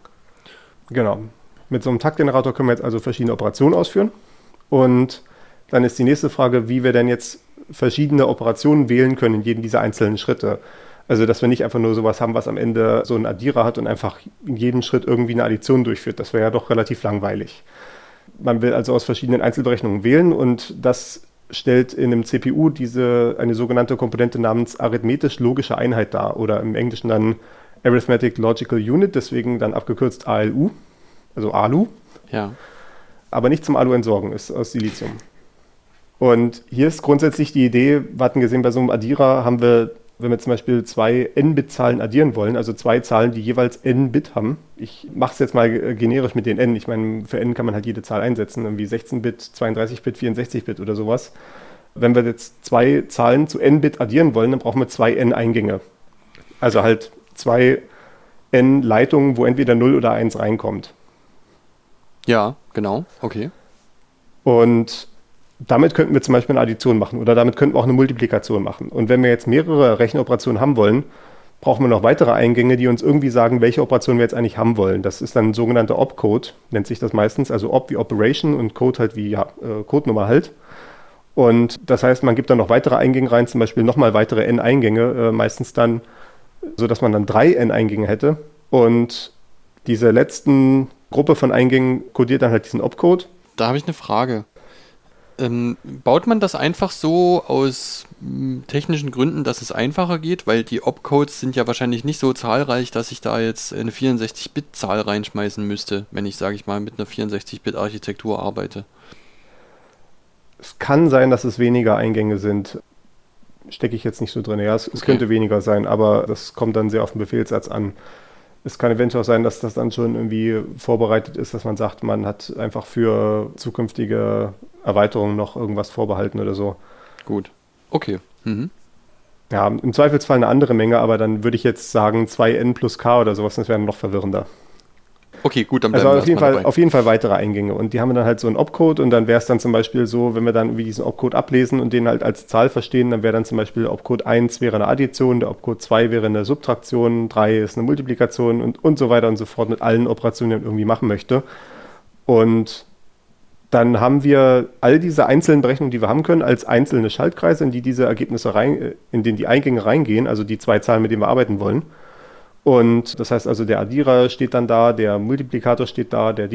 Speaker 4: Genau. Mit so einem Taktgenerator können wir jetzt also verschiedene Operationen ausführen. Und dann ist die nächste Frage, wie wir denn jetzt verschiedene Operationen wählen können in jedem dieser einzelnen Schritte. Also, dass wir nicht einfach nur sowas haben, was am Ende so einen Addierer hat und einfach in jedem Schritt irgendwie eine Addition durchführt. Das wäre ja doch relativ langweilig. Man will also aus verschiedenen Einzelberechnungen wählen und das stellt in einem CPU eine sogenannte Komponente namens arithmetisch-logische Einheit dar oder im Englischen dann Arithmetic Logical Unit, deswegen dann abgekürzt ALU, also ALU.
Speaker 3: Ja.
Speaker 4: Aber nicht zum Alu entsorgen, ist aus Silizium. Und hier ist grundsätzlich die Idee, wir hatten gesehen, bei so einem Addierer haben wir, wenn wir zum Beispiel 2 n-Bit-Zahlen addieren wollen, also 2 Zahlen, die jeweils n-Bit haben. Ich mache es jetzt mal generisch mit den n. Ich meine, für n kann man halt jede Zahl einsetzen, irgendwie 16-Bit, 32-Bit, 64-Bit oder sowas. Wenn wir jetzt 2 Zahlen zu n-Bit addieren wollen, dann brauchen wir 2 n-Eingänge. Also halt 2 n-Leitungen, wo entweder 0 oder 1 reinkommt.
Speaker 3: Ja, genau, okay.
Speaker 4: Und damit könnten wir zum Beispiel eine Addition machen oder damit könnten wir auch eine Multiplikation machen. Und wenn wir jetzt mehrere Rechenoperationen haben wollen, brauchen wir noch weitere Eingänge, die uns irgendwie sagen, welche Operation wir jetzt eigentlich haben wollen. Das ist dann ein sogenannter Opcode, nennt sich das meistens. Also Op wie Operation und Code halt wie Codenummer halt. Und das heißt, man gibt dann noch weitere Eingänge rein, zum Beispiel nochmal weitere n-Eingänge, meistens dann, sodass man dann 3 n-Eingänge hätte. Und diese letzten Gruppe von Eingängen kodiert dann halt diesen Opcode.
Speaker 3: Da habe ich eine Frage. Baut man das einfach so aus technischen Gründen, dass es einfacher geht? Weil die Opcodes sind ja wahrscheinlich nicht so zahlreich, dass ich da jetzt eine 64-Bit-Zahl reinschmeißen müsste, wenn ich, sage ich mal, mit einer 64-Bit-Architektur arbeite.
Speaker 4: Es kann sein, dass es weniger Eingänge sind. Stecke ich jetzt nicht so drin. Ja, es könnte weniger sein, aber das kommt dann sehr auf den Befehlssatz an. Es kann eventuell auch sein, dass das dann schon irgendwie vorbereitet ist, dass man sagt, man hat einfach für zukünftige Erweiterungen noch irgendwas vorbehalten oder so.
Speaker 3: Gut, okay. Mhm.
Speaker 4: Ja, im Zweifelsfall eine andere Menge, aber dann würde ich jetzt sagen 2n plus k oder sowas, das wäre noch verwirrender.
Speaker 3: Okay, gut, dann bleiben wir
Speaker 4: auf jeden Fall weitere Eingänge. Und die haben dann halt so einen Opcode und dann wäre es dann zum Beispiel so, wenn wir dann irgendwie diesen Opcode ablesen und den halt als Zahl verstehen, dann wäre dann zum Beispiel Opcode 1 wäre eine Addition, der Opcode 2 wäre eine Subtraktion, 3 ist eine Multiplikation und so weiter und so fort mit allen Operationen, die man irgendwie machen möchte. Und dann haben wir all diese einzelnen Berechnungen, die wir haben können, als einzelne Schaltkreise, in die diese Ergebnisse in denen die Eingänge reingehen, also die 2 Zahlen, mit denen wir arbeiten wollen. Und das heißt also, der Addierer steht dann da, der Multiplikator steht da, der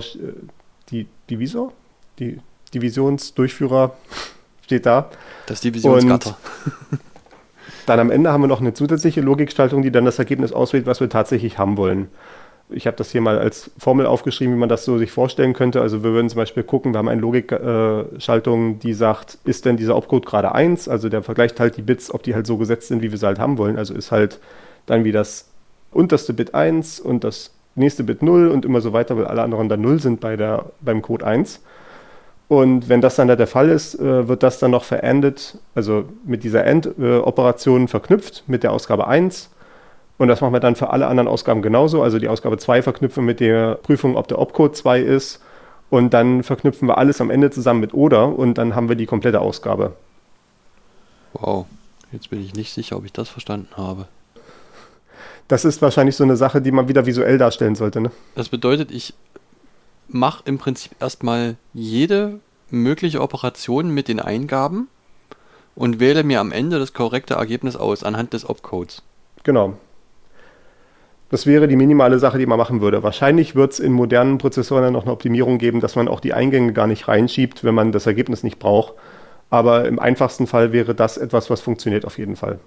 Speaker 4: Divisionsdurchführer steht da.
Speaker 3: Das Divisionsgatter.
Speaker 4: Dann am Ende haben wir noch eine zusätzliche Logikgestaltung, die dann das Ergebnis auswählt, was wir tatsächlich haben wollen. Ich habe das hier mal als Formel aufgeschrieben, wie man das so sich vorstellen könnte. Also wir würden zum Beispiel gucken, wir haben eine Logikschaltung, die sagt, ist denn dieser Opcode gerade 1? Also der vergleicht halt die Bits, ob die halt so gesetzt sind, wie wir sie halt haben wollen. Also ist halt dann wie das unterste Bit 1 und das nächste Bit 0 und immer so weiter, weil alle anderen dann 0 sind beim Code 1. Und wenn das dann der Fall ist, wird das dann noch verendet, also mit dieser End-Operation verknüpft mit der Ausgabe 1. Und das machen wir dann für alle anderen Ausgaben genauso. Also die Ausgabe 2 verknüpfen wir mit der Prüfung, ob der Opcode 2 ist. Und dann verknüpfen wir alles am Ende zusammen mit oder und dann haben wir die komplette Ausgabe.
Speaker 3: Wow, jetzt bin ich nicht sicher, ob ich das verstanden habe.
Speaker 4: Das ist wahrscheinlich so eine Sache, die man wieder visuell darstellen sollte, ne?
Speaker 3: Das bedeutet, ich mache im Prinzip erstmal jede mögliche Operation mit den Eingaben und wähle mir am Ende das korrekte Ergebnis aus anhand des Opcodes.
Speaker 4: Genau. Das wäre die minimale Sache, die man machen würde. Wahrscheinlich wird es in modernen Prozessoren dann noch eine Optimierung geben, dass man auch die Eingänge gar nicht reinschiebt, wenn man das Ergebnis nicht braucht. Aber im einfachsten Fall wäre das etwas, was funktioniert auf jeden Fall.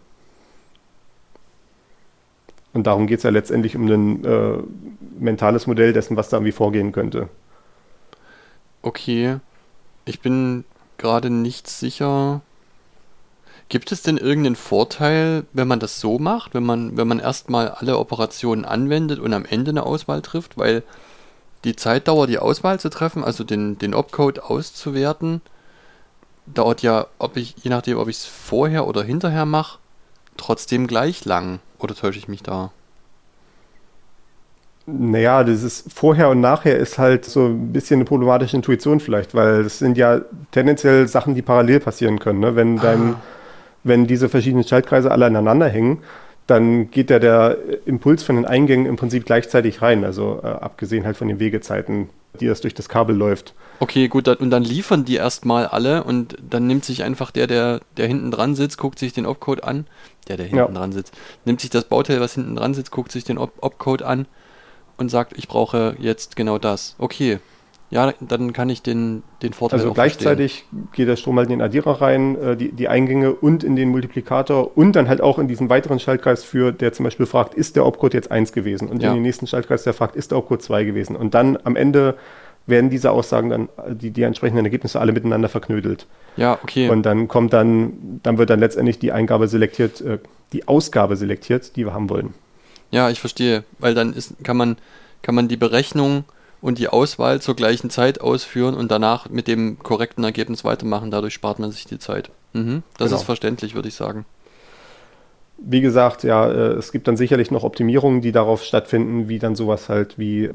Speaker 4: Und darum geht es ja letztendlich um ein mentales Modell dessen, was da irgendwie vorgehen könnte.
Speaker 3: Okay, ich bin gerade nicht sicher. Gibt es denn irgendeinen Vorteil, wenn man das so macht, wenn man erstmal alle Operationen anwendet und am Ende eine Auswahl trifft? Weil die Zeitdauer, die Auswahl zu treffen, also den Opcode auszuwerten, dauert ja, je nachdem, ob ich es vorher oder hinterher mache, trotzdem gleich lang. Oder täusche ich mich da?
Speaker 4: Naja, dieses Vorher und Nachher ist halt so ein bisschen eine problematische Intuition vielleicht, weil es sind ja tendenziell Sachen, die parallel passieren können. Ne? Wenn diese verschiedenen Schaltkreise alle aneinander hängen, dann geht der Impuls von den Eingängen im Prinzip gleichzeitig rein, also abgesehen halt von den Wegezeiten, die das durch das Kabel läuft.
Speaker 3: Okay, gut, und dann liefern die erstmal alle und dann nimmt sich einfach der hinten dran sitzt, guckt sich den Opcode an, der hinten dran sitzt, nimmt sich das Bauteil, was hinten dran sitzt, guckt sich den Opcode an und sagt, ich brauche jetzt genau das. Okay, ja, dann kann ich den Vorteil
Speaker 4: also
Speaker 3: auch
Speaker 4: gleichzeitig verstehen. Geht der Strom halt in den Addierer rein, die Eingänge und in den Multiplikator und dann halt auch in diesen weiteren Schaltkreis der zum Beispiel fragt, ist der Opcode jetzt 1 gewesen? Und in den nächsten Schaltkreis, der fragt, ist der Opcode 2 gewesen? Und dann am Ende werden diese Aussagen dann, die entsprechenden Ergebnisse alle miteinander verknödelt.
Speaker 3: Ja, okay.
Speaker 4: Und dann wird dann letztendlich die Eingabe selektiert, die Ausgabe selektiert, die wir haben wollen.
Speaker 3: Ja, ich verstehe, weil dann kann man die Berechnung und die Auswahl zur gleichen Zeit ausführen und danach mit dem korrekten Ergebnis weitermachen. Dadurch spart man sich die Zeit. Das ist verständlich, würde ich sagen.
Speaker 4: Wie gesagt, ja, es gibt dann sicherlich noch Optimierungen, die darauf stattfinden, wie dann sowas halt wie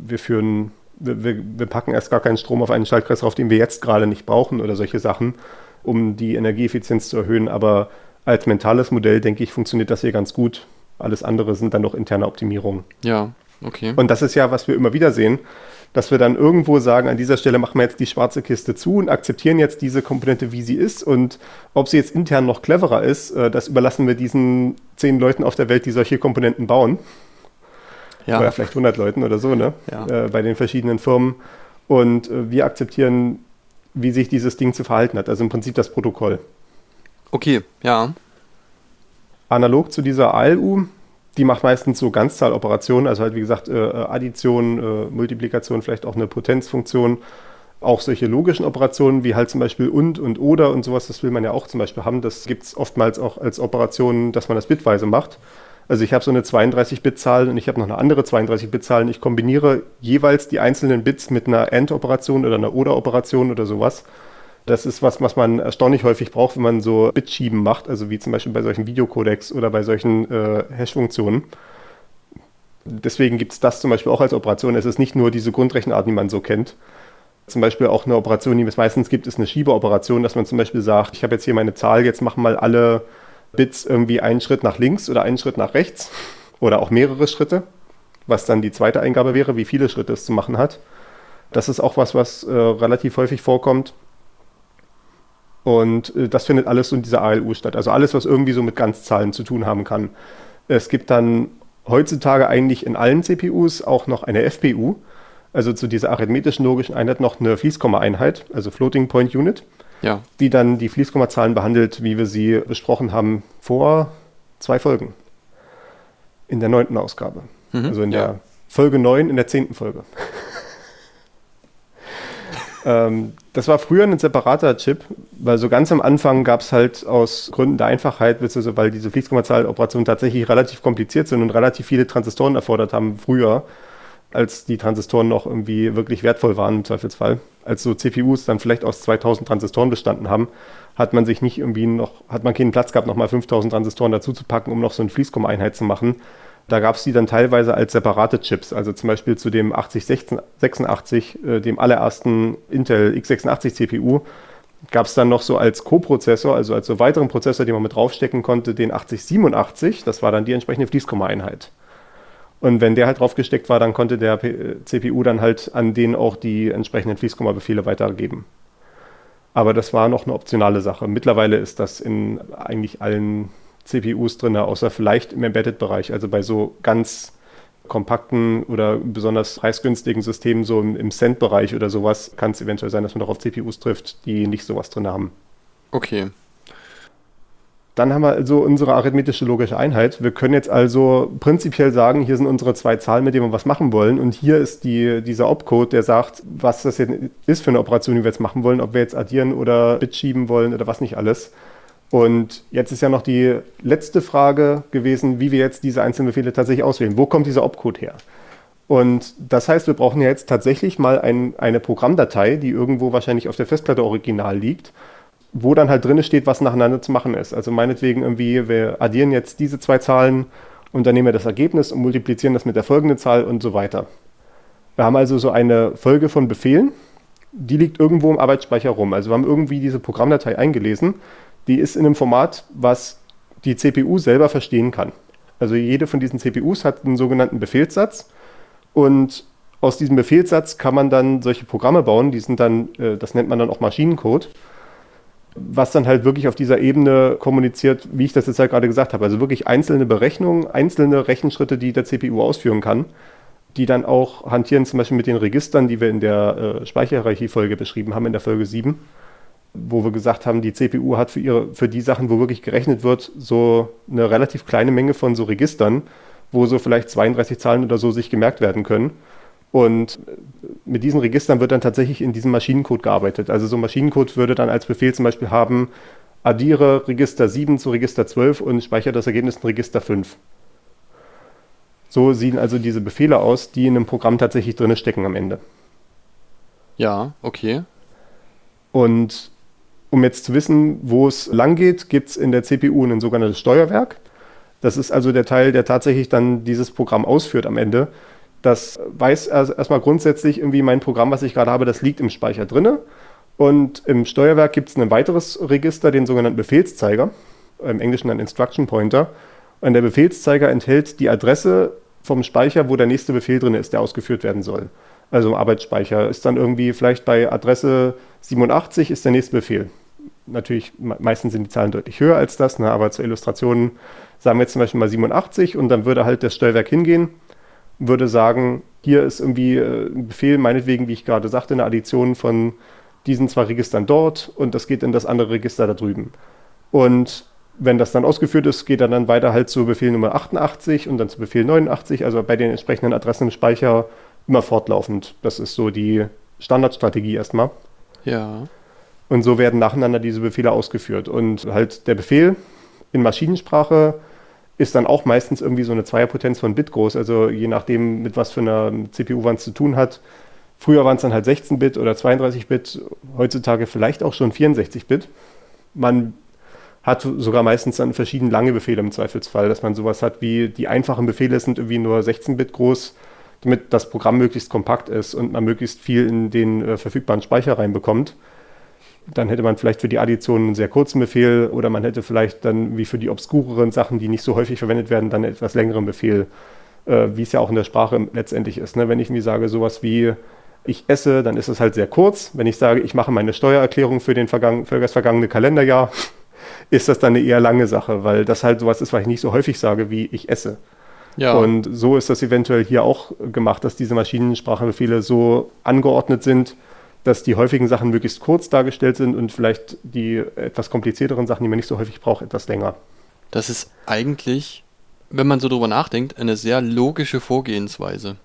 Speaker 4: wir packen erst gar keinen Strom auf einen Schaltkreis drauf, den wir jetzt gerade nicht brauchen oder solche Sachen, um die Energieeffizienz zu erhöhen. Aber als mentales Modell, denke ich, funktioniert das hier ganz gut. Alles andere sind dann noch interne Optimierungen.
Speaker 3: Ja, okay.
Speaker 4: Und das ist ja, was wir immer wieder sehen, dass wir dann irgendwo sagen, an dieser Stelle machen wir jetzt die schwarze Kiste zu und akzeptieren jetzt diese Komponente, wie sie ist. Und ob sie jetzt intern noch cleverer ist, das überlassen wir diesen 10 Leuten auf der Welt, die solche Komponenten bauen. Ja. Oder vielleicht 100 Leuten oder so, ne? Ja. Bei den verschiedenen Firmen. Und wir akzeptieren, wie sich dieses Ding zu verhalten hat. Also im Prinzip das Protokoll.
Speaker 3: Okay, ja.
Speaker 4: Analog zu dieser ALU, die macht meistens so Ganzzahloperationen, also halt wie gesagt Addition, Multiplikation, vielleicht auch eine Potenzfunktion, auch solche logischen Operationen wie halt zum Beispiel und oder und sowas, das will man ja auch zum Beispiel haben. Das gibt es oftmals auch als Operationen, dass man das bitweise macht. Also ich habe so eine 32-Bit-Zahl und ich habe noch eine andere 32-Bit-Zahl und ich kombiniere jeweils die einzelnen Bits mit einer AND-Operation oder einer Oder-Operation oder sowas. Das ist was man erstaunlich häufig braucht, wenn man so Bitschieben macht, also wie zum Beispiel bei solchen Videocodecs oder bei solchen Hash-Funktionen. Deswegen gibt es das zum Beispiel auch als Operation. Es ist nicht nur diese Grundrechenart, die man so kennt. Zum Beispiel auch eine Operation, die es meistens gibt, ist eine Schiebeoperation, dass man zum Beispiel sagt, ich habe jetzt hier meine Zahl, jetzt machen mal alle Bits irgendwie einen Schritt nach links oder einen Schritt nach rechts oder auch mehrere Schritte, was dann die zweite Eingabe wäre, wie viele Schritte es zu machen hat. Das ist auch was relativ häufig vorkommt. Und das findet alles so in dieser ALU statt. Also alles, was irgendwie so mit Ganzzahlen zu tun haben kann. Es gibt dann heutzutage eigentlich in allen CPUs auch noch eine FPU, also zu dieser arithmetischen logischen Einheit noch eine Fließkomma-Einheit, also Floating Point Unit, die dann die Fließkommazahlen behandelt, wie wir sie besprochen haben vor 2 Folgen. In der 9. Ausgabe. Also in der Folge 9, in der 10. Folge. Das war früher ein separater Chip, weil so ganz am Anfang gab es halt aus Gründen der Einfachheit, beziehungsweise weil diese Fließkommazahloperationen tatsächlich relativ kompliziert sind und relativ viele Transistoren erfordert haben früher, als die Transistoren noch irgendwie wirklich wertvoll waren im Zweifelsfall. Als so CPUs dann vielleicht aus 2000 Transistoren bestanden haben, hat man keinen Platz gehabt, nochmal 5000 Transistoren dazu zu packen, um noch so eine Fließkommeinheit zu machen. Da gab es die dann teilweise als separate Chips, also zum Beispiel zu dem 8086, dem allerersten Intel x86 CPU, gab es dann noch so als Co-Prozessor, also als so weiteren Prozessor, den man mit draufstecken konnte, den 8087, das war dann die entsprechende Fließkommeinheit. Und wenn der halt draufgesteckt war, dann konnte der CPU dann halt an den auch die entsprechenden Fließkommabefehle weitergeben. Aber das war noch eine optionale Sache. Mittlerweile ist das in eigentlich allen CPUs drin, außer vielleicht im Embedded-Bereich, also bei so ganz kompakten oder besonders preisgünstigen Systemen, so im Cent-Bereich oder sowas, kann es eventuell sein, dass man doch auf CPUs trifft, die nicht sowas drin haben.
Speaker 3: Okay.
Speaker 4: Dann haben wir also unsere arithmetische logische Einheit. Wir können jetzt also prinzipiell sagen, hier sind unsere zwei Zahlen, mit denen wir was machen wollen. Und hier ist dieser Opcode, der sagt, was das jetzt ist für eine Operation, die wir jetzt machen wollen, ob wir jetzt addieren oder Bit schieben wollen oder was nicht alles. Und jetzt ist ja noch die letzte Frage gewesen, wie wir jetzt diese einzelnen Befehle tatsächlich auswählen. Wo kommt dieser Opcode her? Und das heißt, wir brauchen ja jetzt tatsächlich mal eine Programmdatei, die irgendwo wahrscheinlich auf der Festplatte original liegt, wo dann halt drin steht, was nacheinander zu machen ist. Also meinetwegen irgendwie, wir addieren jetzt diese zwei Zahlen und dann nehmen wir das Ergebnis und multiplizieren das mit der folgenden Zahl und so weiter. Wir haben also so eine Folge von Befehlen, die liegt irgendwo im Arbeitsspeicher rum. Also wir haben irgendwie diese Programmdatei eingelesen, die ist in einem Format, was die CPU selber verstehen kann. Also jede von diesen CPUs hat einen sogenannten Befehlssatz und aus diesem Befehlssatz kann man dann solche Programme bauen, die sind dann, das nennt man dann auch Maschinencode, was dann halt wirklich auf dieser Ebene kommuniziert, wie ich das jetzt halt gerade gesagt habe. Also wirklich einzelne Berechnungen, einzelne Rechenschritte, die der CPU ausführen kann, die dann auch hantieren, zum Beispiel mit den Registern, die wir in der Speicherhierarchie-Folge beschrieben haben, in der Folge 7, wo wir gesagt haben, die CPU hat für die Sachen, wo wirklich gerechnet wird, so eine relativ kleine Menge von so Registern, wo so vielleicht 32 Zahlen oder so sich gemerkt werden können. Und mit diesen Registern wird dann tatsächlich in diesem Maschinencode gearbeitet. Also so ein Maschinencode würde dann als Befehl zum Beispiel haben, addiere Register 7 zu Register 12 und speichere das Ergebnis in Register 5. So sehen also diese Befehle aus, die in einem Programm tatsächlich drin stecken am Ende.
Speaker 3: Ja, okay.
Speaker 4: Und um jetzt zu wissen, wo es lang geht, gibt es in der CPU ein sogenanntes Steuerwerk. Das ist also der Teil, der tatsächlich dann dieses Programm ausführt am Ende. Das weiß erstmal grundsätzlich irgendwie mein Programm, was ich gerade habe, das liegt im Speicher drinne. Und im Steuerwerk gibt es ein weiteres Register, den sogenannten Befehlszeiger, im Englischen ein Instruction Pointer. Und der Befehlszeiger enthält die Adresse vom Speicher, wo der nächste Befehl drin ist, der ausgeführt werden soll. Also im Arbeitsspeicher ist dann irgendwie vielleicht bei Adresse 87 ist der nächste Befehl. Natürlich, meistens sind die Zahlen deutlich höher als das, ne, aber zur Illustration sagen wir jetzt zum Beispiel mal 87 und dann würde halt das Steuerwerk hingehen, würde sagen, hier ist irgendwie ein Befehl, meinetwegen, wie ich gerade sagte, eine Addition von diesen zwei Registern dort und das geht in das andere Register da drüben. Und wenn das dann ausgeführt ist, geht er dann weiter halt zu Befehl Nummer 88 und dann zu Befehl 89, also bei den entsprechenden Adressen im Speicher immer fortlaufend. Das ist so die Standardstrategie erstmal.
Speaker 3: Ja.
Speaker 4: Und so werden nacheinander diese Befehle ausgeführt. Und halt der Befehl in Maschinensprache ist dann auch meistens irgendwie so eine Zweierpotenz von Bit groß, also je nachdem, mit was für einer CPU man es zu tun hat. Früher waren es dann halt 16-Bit oder 32-Bit, heutzutage vielleicht auch schon 64-Bit. Man hat sogar meistens dann verschieden lange Befehle im Zweifelsfall, dass man sowas hat wie, die einfachen Befehle sind irgendwie nur 16-Bit groß, damit das Programm möglichst kompakt ist und man möglichst viel in den verfügbaren Speicher reinbekommt. Dann hätte man vielleicht für die Addition einen sehr kurzen Befehl oder man hätte vielleicht dann wie für die obskureren Sachen, die nicht so häufig verwendet werden, dann einen etwas längeren Befehl, wie es ja auch in der Sprache letztendlich ist. Ne? Wenn ich mir sage sowas wie ich esse, dann ist es halt sehr kurz. Wenn ich sage, ich mache meine Steuererklärung für das vergangene Kalenderjahr, ist das dann eine eher lange Sache, weil das halt sowas ist, was ich nicht so häufig sage wie ich esse.
Speaker 3: Ja.
Speaker 4: Und so ist das eventuell hier auch gemacht, dass diese Maschinensprachbefehle so angeordnet sind, dass die häufigen Sachen möglichst kurz dargestellt sind und vielleicht die etwas komplizierteren Sachen, die man nicht so häufig braucht, etwas länger.
Speaker 3: Das ist eigentlich, wenn man so drüber nachdenkt, eine sehr logische Vorgehensweise.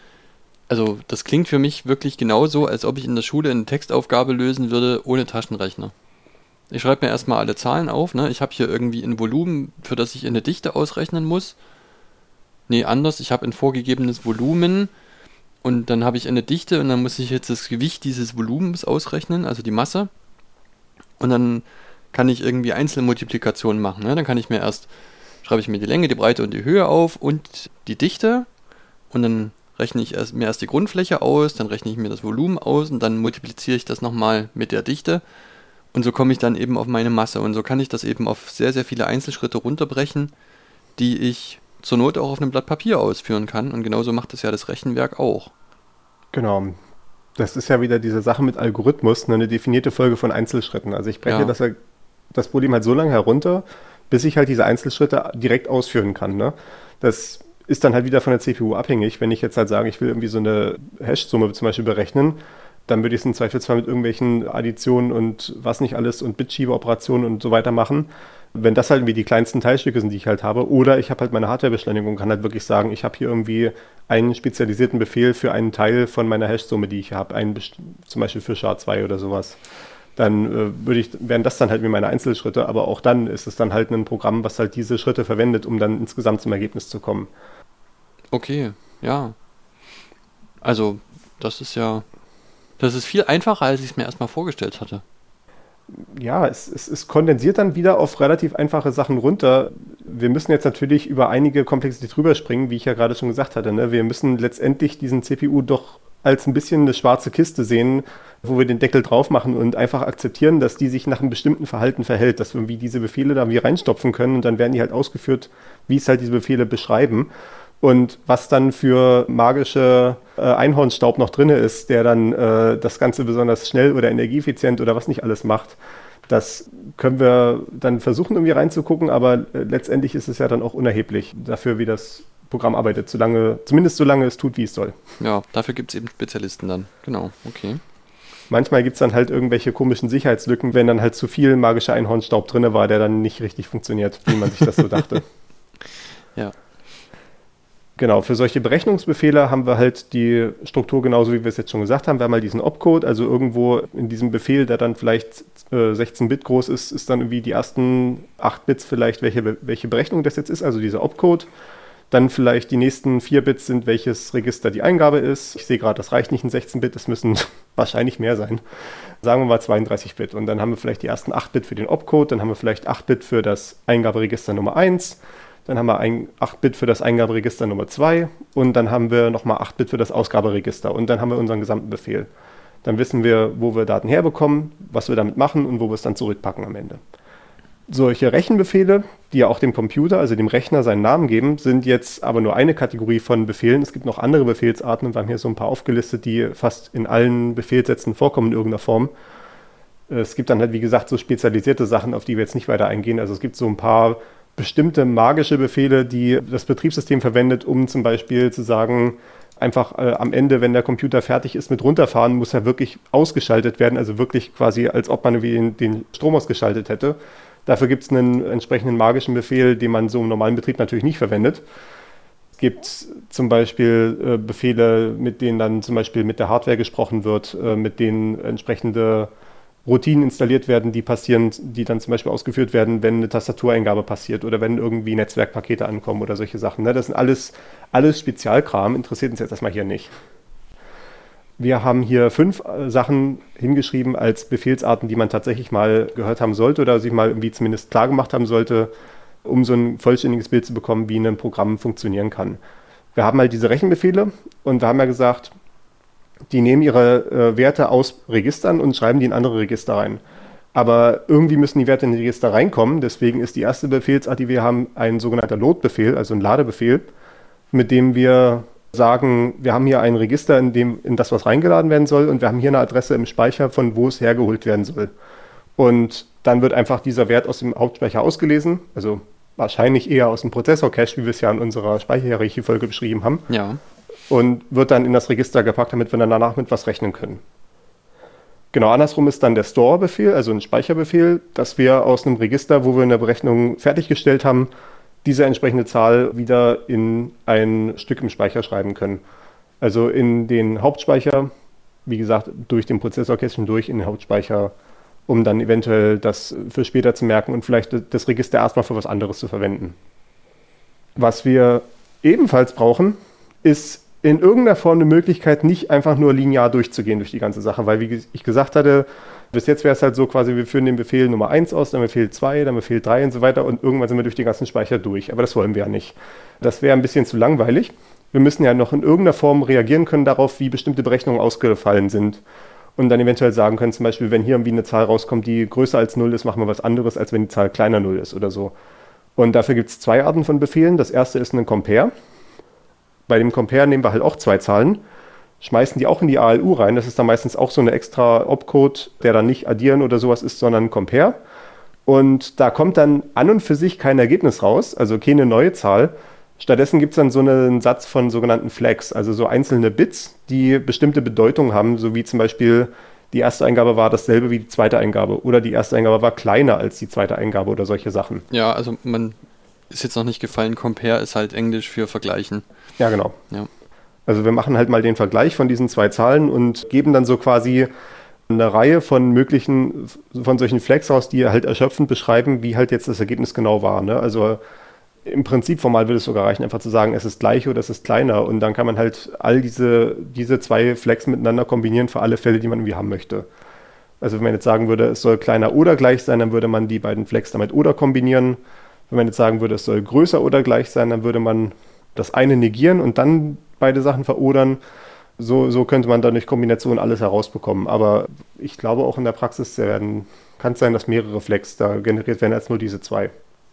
Speaker 3: Also das klingt für mich wirklich genauso, als ob ich in der Schule eine Textaufgabe lösen würde ohne Taschenrechner. Ich schreibe mir erstmal alle Zahlen auf, ne? Ich habe hier irgendwie ein Volumen, für das ich eine Dichte ausrechnen muss. Nee, anders, ich habe ein vorgegebenes Volumen, und dann habe ich eine Dichte und dann muss ich jetzt das Gewicht dieses Volumens ausrechnen, also die Masse. Und dann kann ich irgendwie Einzelmultiplikationen machen. Ne? Dann schreibe ich mir die Länge, die Breite und die Höhe auf und die Dichte. Und dann rechne ich mir erst die Grundfläche aus, dann rechne ich mir das Volumen aus und dann multipliziere ich das nochmal mit der Dichte. Und so komme ich dann eben auf meine Masse. Und so kann ich das eben auf sehr, sehr viele Einzelschritte runterbrechen, die ich zur Not auch auf einem Blatt Papier ausführen kann. Und genauso macht das ja das Rechenwerk auch.
Speaker 4: Genau. Das ist ja wieder diese Sache mit Algorithmus, ne, eine definierte Folge von Einzelschritten. Also ich breche das Problem halt so lange herunter, bis ich halt diese Einzelschritte direkt ausführen kann. Ne? Das ist dann halt wieder von der CPU abhängig. Wenn ich jetzt halt sage, ich will irgendwie so eine Hash-Summe zum Beispiel berechnen, dann würde ich es im Zweifelsfall mit irgendwelchen Additionen und was nicht alles und Bitschiebeoperationen und so weiter machen. Wenn das halt irgendwie die kleinsten Teilstücke sind, die ich halt habe, oder ich habe halt meine Hardwarebeschleunigung und kann halt wirklich sagen, ich habe hier irgendwie einen spezialisierten Befehl für einen Teil von meiner Hash-Summe, die ich habe, zum Beispiel für SHA-2 oder sowas. Dann wären das dann halt wie meine Einzelschritte, aber auch dann ist es dann halt ein Programm, was halt diese Schritte verwendet, um dann insgesamt zum Ergebnis zu kommen.
Speaker 3: Okay, ja. Also, das ist viel einfacher, als ich es mir erstmal vorgestellt hatte.
Speaker 4: Ja, es kondensiert dann wieder auf relativ einfache Sachen runter. Wir müssen jetzt natürlich über einige Komplexität drüber springen, wie ich ja gerade schon gesagt hatte. Ne? Wir müssen letztendlich diesen CPU doch als ein bisschen eine schwarze Kiste sehen, wo wir den Deckel drauf machen und einfach akzeptieren, dass die sich nach einem bestimmten Verhalten verhält, dass wir irgendwie diese Befehle da wie reinstopfen können und dann werden die halt ausgeführt, wie es halt diese Befehle beschreiben. Und was dann für magische Einhornstaub noch drin ist, der dann das Ganze besonders schnell oder energieeffizient oder was nicht alles macht, das können wir dann versuchen, irgendwie reinzugucken, aber letztendlich ist es ja dann auch unerheblich dafür, wie das Programm arbeitet, zumindest solange es tut, wie es soll.
Speaker 3: Ja, dafür gibt es eben Spezialisten dann. Genau, okay.
Speaker 4: Manchmal gibt es dann halt irgendwelche komischen Sicherheitslücken, wenn dann halt zu viel magischer Einhornstaub drin war, der dann nicht richtig funktioniert, wie man sich das so dachte.
Speaker 3: Ja.
Speaker 4: Genau, für solche Berechnungsbefehle haben wir halt die Struktur genauso, wie wir es jetzt schon gesagt haben. Wir haben mal diesen Opcode, also irgendwo in diesem Befehl, der dann vielleicht 16 Bit groß ist, ist dann irgendwie die ersten 8 Bits vielleicht, welche Berechnung das jetzt ist, also dieser Opcode. Dann vielleicht die nächsten 4 Bits sind, welches Register die Eingabe ist. Ich sehe gerade, das reicht nicht in 16 Bit, das müssen wahrscheinlich mehr sein. Sagen wir mal 32 Bit. Und dann haben wir vielleicht die ersten 8 Bit für den Opcode, dann haben wir vielleicht 8 Bit für das Eingaberegister Nummer 1. Dann haben wir 8 Bit für das Eingaberegister Nummer 2 und dann haben wir nochmal 8 Bit für das Ausgaberegister und dann haben wir unseren gesamten Befehl. Dann wissen wir, wo wir Daten herbekommen, was wir damit machen und wo wir es dann zurückpacken am Ende. Solche Rechenbefehle, die ja auch dem Computer, also dem Rechner, seinen Namen geben, sind jetzt aber nur eine Kategorie von Befehlen. Es gibt noch andere Befehlsarten und wir haben hier so ein paar aufgelistet, die fast in allen Befehlssätzen vorkommen in irgendeiner Form. Es gibt dann halt, wie gesagt, so spezialisierte Sachen, auf die wir jetzt nicht weiter eingehen. Also es gibt so ein paar bestimmte magische Befehle, die das Betriebssystem verwendet, um zum Beispiel zu sagen, einfach am Ende, wenn der Computer fertig ist mit runterfahren, muss er wirklich ausgeschaltet werden, also wirklich quasi, als ob man den Strom ausgeschaltet hätte. Dafür gibt es einen entsprechenden magischen Befehl, den man so im normalen Betrieb natürlich nicht verwendet. Es gibt zum Beispiel Befehle, mit denen dann zum Beispiel mit der Hardware gesprochen wird, mit denen entsprechende Routinen installiert werden, die dann zum Beispiel ausgeführt werden, wenn eine Tastatureingabe passiert oder wenn irgendwie Netzwerkpakete ankommen oder solche Sachen. Ne? Das sind alles Spezialkram, interessiert uns jetzt erstmal hier nicht. Wir haben hier 5 Sachen hingeschrieben als Befehlsarten, die man tatsächlich mal gehört haben sollte oder sich mal irgendwie zumindest klar gemacht haben sollte, um so ein vollständiges Bild zu bekommen, wie ein Programm funktionieren kann. Wir haben halt diese Rechenbefehle und wir haben ja gesagt, die nehmen ihre Werte aus Registern und schreiben die in andere Register rein. Aber irgendwie müssen die Werte in die Register reinkommen. Deswegen ist die erste Befehlsart, die wir haben, ein sogenannter Load-Befehl, also ein Ladebefehl, mit dem wir sagen, wir haben hier ein Register, in das was reingeladen werden soll und wir haben hier eine Adresse im Speicher, von wo es hergeholt werden soll. Und dann wird einfach dieser Wert aus dem Hauptspeicher ausgelesen, also wahrscheinlich eher aus dem Prozessor-Cache, wie wir es ja in unserer Speicherhierarchie-Folge beschrieben haben.
Speaker 3: Ja.
Speaker 4: Und wird dann in das Register gepackt, damit wir dann danach mit was rechnen können. Genau andersrum ist dann der Store-Befehl, also ein Speicherbefehl, dass wir aus einem Register, wo wir eine Berechnung fertiggestellt haben, diese entsprechende Zahl wieder in ein Stück im Speicher schreiben können. Also in den Hauptspeicher, wie gesagt, durch den Prozessor-Cache durch in den Hauptspeicher, um dann eventuell das für später zu merken und vielleicht das Register erstmal für was anderes zu verwenden. Was wir ebenfalls brauchen, ist in irgendeiner Form eine Möglichkeit, nicht einfach nur linear durchzugehen durch die ganze Sache, weil, wie ich gesagt hatte, bis jetzt wäre es halt so quasi, wir führen den Befehl Nummer 1 aus, dann Befehl 2, dann Befehl 3 und so weiter und irgendwann sind wir durch den ganzen Speicher durch. Aber das wollen wir ja nicht. Das wäre ein bisschen zu langweilig. Wir müssen ja noch in irgendeiner Form reagieren können darauf, wie bestimmte Berechnungen ausgefallen sind. Und dann eventuell sagen können, zum Beispiel, wenn hier irgendwie eine Zahl rauskommt, die größer als 0 ist, machen wir was anderes, als wenn die Zahl kleiner 0 ist oder so. Und dafür gibt es 2 Arten von Befehlen. Das erste ist ein Compare. Bei dem Compare nehmen wir halt auch 2 Zahlen, schmeißen die auch in die ALU rein. Das ist dann meistens auch so eine extra Opcode, der dann nicht addieren oder sowas ist, sondern Compare. Und da kommt dann an und für sich kein Ergebnis raus, also keine neue Zahl. Stattdessen gibt es dann so einen Satz von sogenannten Flags, also so einzelne Bits, die bestimmte Bedeutungen haben, so wie zum Beispiel die erste Eingabe war dasselbe wie die zweite Eingabe oder die erste Eingabe war kleiner als die zweite Eingabe oder solche Sachen.
Speaker 3: Ja, also man ist jetzt noch nicht gefallen, Compare ist halt Englisch für vergleichen.
Speaker 4: Ja, genau.
Speaker 3: Ja.
Speaker 4: Also wir machen halt mal den Vergleich von diesen 2 Zahlen und geben dann so quasi eine Reihe von solchen Flags raus, die halt erschöpfend beschreiben, wie halt jetzt das Ergebnis genau war. Ne? Also im Prinzip formal würde es sogar reichen, einfach zu sagen, es ist gleich oder es ist kleiner. Und dann kann man halt all diese 2 Flags miteinander kombinieren für alle Fälle, die man irgendwie haben möchte. Also wenn man jetzt sagen würde, es soll kleiner oder gleich sein, dann würde man die beiden Flags damit oder kombinieren. Wenn man jetzt sagen würde, es soll größer oder gleich sein, dann würde man das eine negieren und dann beide Sachen verodern. So könnte man dann durch Kombination alles herausbekommen. Aber ich glaube auch in der Praxis kann es sein, dass mehrere Flags da generiert werden als nur diese 2.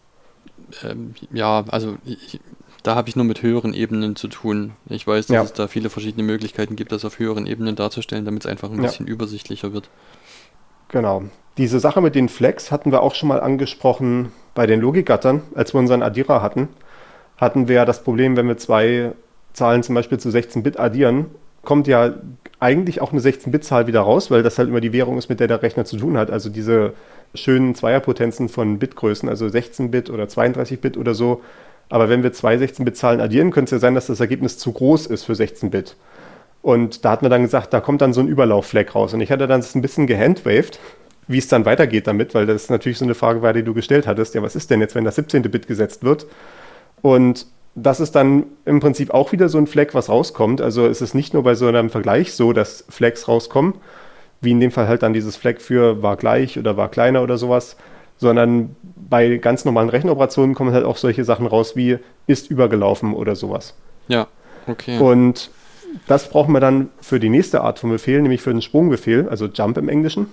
Speaker 3: Ja, also da habe ich nur mit höheren Ebenen zu tun. Ich weiß, dass es da viele verschiedene Möglichkeiten gibt, das auf höheren Ebenen darzustellen, damit es einfach ein bisschen übersichtlicher wird.
Speaker 4: Genau. Diese Sache mit den Flags hatten wir auch schon mal angesprochen bei den Logikgattern. Als wir unseren Addierer hatten wir ja das Problem, wenn wir 2 Zahlen zum Beispiel zu 16-Bit addieren, kommt ja eigentlich auch eine 16-Bit-Zahl wieder raus, weil das halt immer die Währung ist, mit der der Rechner zu tun hat. Also diese schönen Zweierpotenzen von Bitgrößen, also 16-Bit oder 32-Bit oder so. Aber wenn wir 2 16-Bit-Zahlen addieren, könnte es ja sein, dass das Ergebnis zu groß ist für 16-Bit. Und da hat man dann gesagt, da kommt dann so ein Überlauf-Flag raus. Und ich hatte dann das ein bisschen gehandwaved, wie es dann weitergeht damit, weil das natürlich so eine Frage war, die du gestellt hattest. Ja, was ist denn jetzt, wenn das 17. Bit gesetzt wird? Und das ist dann im Prinzip auch wieder so ein Flag, was rauskommt. Also es ist nicht nur bei so einem Vergleich so, dass Flags rauskommen, wie in dem Fall halt dann dieses Flag für war gleich oder war kleiner oder sowas, sondern bei ganz normalen Rechenoperationen kommen halt auch solche Sachen raus wie ist übergelaufen oder sowas.
Speaker 3: Ja, okay.
Speaker 4: Und das brauchen wir dann für die nächste Art von Befehl, nämlich für den Sprungbefehl, also Jump im Englischen.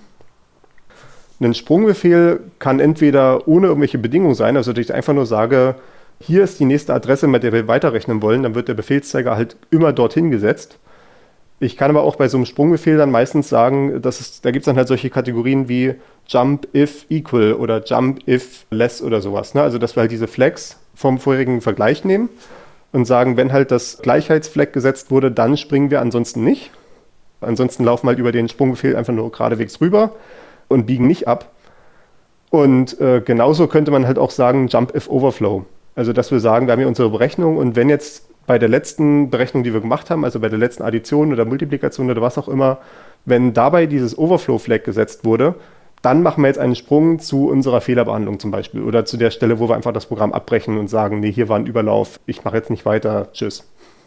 Speaker 4: Ein Sprungbefehl kann entweder ohne irgendwelche Bedingungen sein, also dass ich einfach nur sage, hier ist die nächste Adresse, mit der wir weiterrechnen wollen, dann wird der Befehlszeiger halt immer dorthin gesetzt. Ich kann aber auch bei so einem Sprungbefehl dann meistens sagen, da gibt es dann halt solche Kategorien wie Jump if equal oder Jump if less oder sowas. Ne? Also dass wir halt diese Flags vom vorherigen Vergleich nehmen und sagen, wenn halt das Gleichheitsflag gesetzt wurde, dann springen wir, ansonsten nicht. Ansonsten laufen wir halt über den Sprungbefehl einfach nur geradewegs rüber und biegen nicht ab. Und genauso könnte man halt auch sagen, Jump if overflow. Also dass wir sagen, wir haben hier unsere Berechnung und wenn jetzt bei der letzten Berechnung, die wir gemacht haben, also bei der letzten Addition oder Multiplikation oder was auch immer, wenn dabei dieses Overflow-Flag gesetzt wurde, dann machen wir jetzt einen Sprung zu unserer Fehlerbehandlung zum Beispiel oder zu der Stelle, wo wir einfach das Programm abbrechen und sagen, nee, hier war ein Überlauf, ich mache jetzt nicht weiter, tschüss.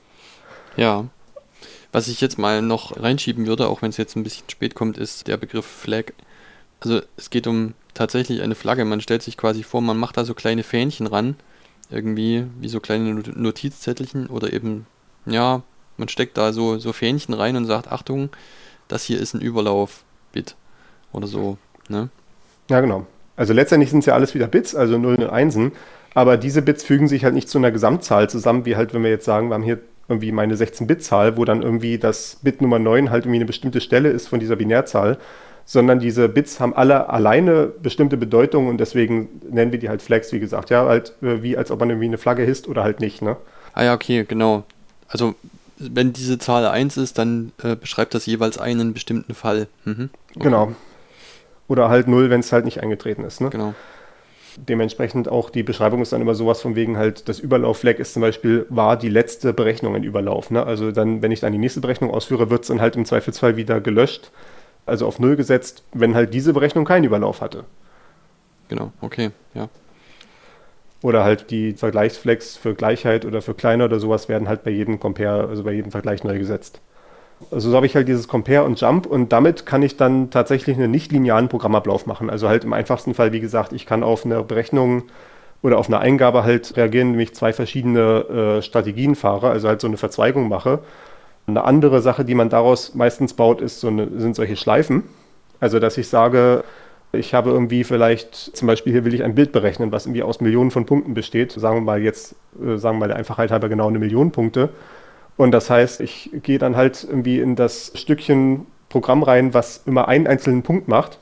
Speaker 3: Ja, was ich jetzt mal noch reinschieben würde, auch wenn es jetzt ein bisschen spät kommt, ist der Begriff Flag. Also es geht um tatsächlich eine Flagge, man stellt sich quasi vor, man macht da so kleine Fähnchen ran, irgendwie wie so kleine Notizzettelchen oder eben, ja, man steckt da so Fähnchen rein und sagt, Achtung, das hier ist ein Überlauf-Bit oder so, ne? Ja,
Speaker 4: genau. Also letztendlich sind es ja alles wieder Bits, also Nullen und Einsen, aber diese Bits fügen sich halt nicht zu einer Gesamtzahl zusammen, wie halt, wenn wir jetzt sagen, wir haben hier irgendwie meine 16-Bit-Zahl, wo dann irgendwie das Bit Nummer 9 halt irgendwie eine bestimmte Stelle ist von dieser Binärzahl, sondern diese Bits haben alle alleine bestimmte Bedeutungen und deswegen nennen wir die halt Flags, wie gesagt, ja, halt wie als ob man irgendwie eine Flagge hisst oder halt nicht, ne?
Speaker 3: Ah ja, okay, genau. Also wenn diese Zahl 1 ist, dann beschreibt das jeweils einen bestimmten Fall. Mhm. Okay.
Speaker 4: Genau. Oder halt 0, wenn es halt nicht eingetreten ist, ne?
Speaker 3: Genau.
Speaker 4: Dementsprechend auch die Beschreibung ist dann immer sowas von wegen halt, das Überlauf-Flag ist zum Beispiel, war die letzte Berechnung in Überlauf, ne? Also dann, wenn ich dann die nächste Berechnung ausführe, wird es dann halt im Zweifelsfall wieder gelöscht, also auf 0 gesetzt, wenn halt diese Berechnung keinen Überlauf hatte.
Speaker 3: Genau, okay, ja.
Speaker 4: Oder halt die Vergleichsflex für Gleichheit oder für kleiner oder sowas werden halt bei jedem Compare, also bei jedem Vergleich neu gesetzt. Also so habe ich halt dieses Compare und Jump und damit kann ich dann tatsächlich einen nicht linearen Programmablauf machen. Also halt im einfachsten Fall, wie gesagt, ich kann auf eine Berechnung oder auf eine Eingabe halt reagieren, indem ich zwei verschiedene Strategien fahre, also halt so eine Verzweigung mache. Eine andere Sache, die man daraus meistens baut, sind solche Schleifen. Also dass ich sage, ich habe irgendwie vielleicht, zum Beispiel hier will ich ein Bild berechnen, was irgendwie aus Millionen von Punkten besteht. Sagen wir mal der Einfachheit halber genau 1 Million Punkte. Und das heißt, ich gehe dann halt irgendwie in das Stückchen Programm rein, was immer einen einzelnen Punkt macht.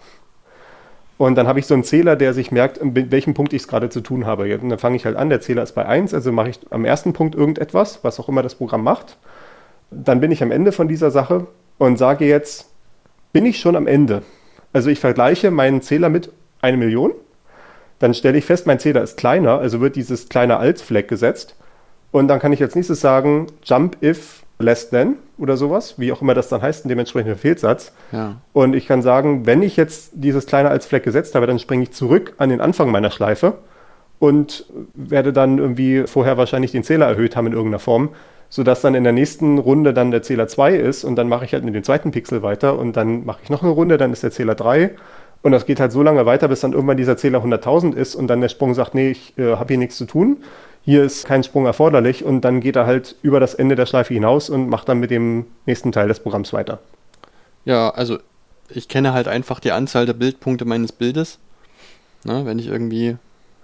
Speaker 4: Und dann habe ich so einen Zähler, der sich merkt, mit welchem Punkt ich es gerade zu tun habe. Und dann fange ich halt an, der Zähler ist bei 1, also mache ich am ersten Punkt irgendetwas, was auch immer das Programm macht. Dann bin ich am Ende von dieser Sache und sage jetzt, bin ich schon am Ende? Also ich vergleiche meinen Zähler mit 1 Million, dann stelle ich fest, mein Zähler ist kleiner, also wird dieses kleine Als-Flag gesetzt und dann kann ich als nächstes sagen, jump if less than oder sowas, wie auch immer das dann heißt, ein dementsprechender Fehlsatz.
Speaker 3: Ja.
Speaker 4: Und ich kann sagen, wenn ich jetzt dieses kleine Als-Flag gesetzt habe, dann springe ich zurück an den Anfang meiner Schleife und werde dann irgendwie vorher wahrscheinlich den Zähler erhöht haben in irgendeiner Form, sodass dann in der nächsten Runde dann der Zähler 2 ist und dann mache ich halt mit dem zweiten Pixel weiter und dann mache ich noch eine Runde, dann ist der Zähler 3 und das geht halt so lange weiter, bis dann irgendwann dieser Zähler 100.000 ist und dann der Sprung sagt, nee, ich habe hier nichts zu tun, hier ist kein Sprung erforderlich und dann geht er halt über das Ende der Schleife hinaus und macht dann mit dem nächsten Teil des Programms weiter.
Speaker 3: Ja, also ich kenne halt einfach die Anzahl der Bildpunkte meines Bildes. Na, wenn ich irgendwie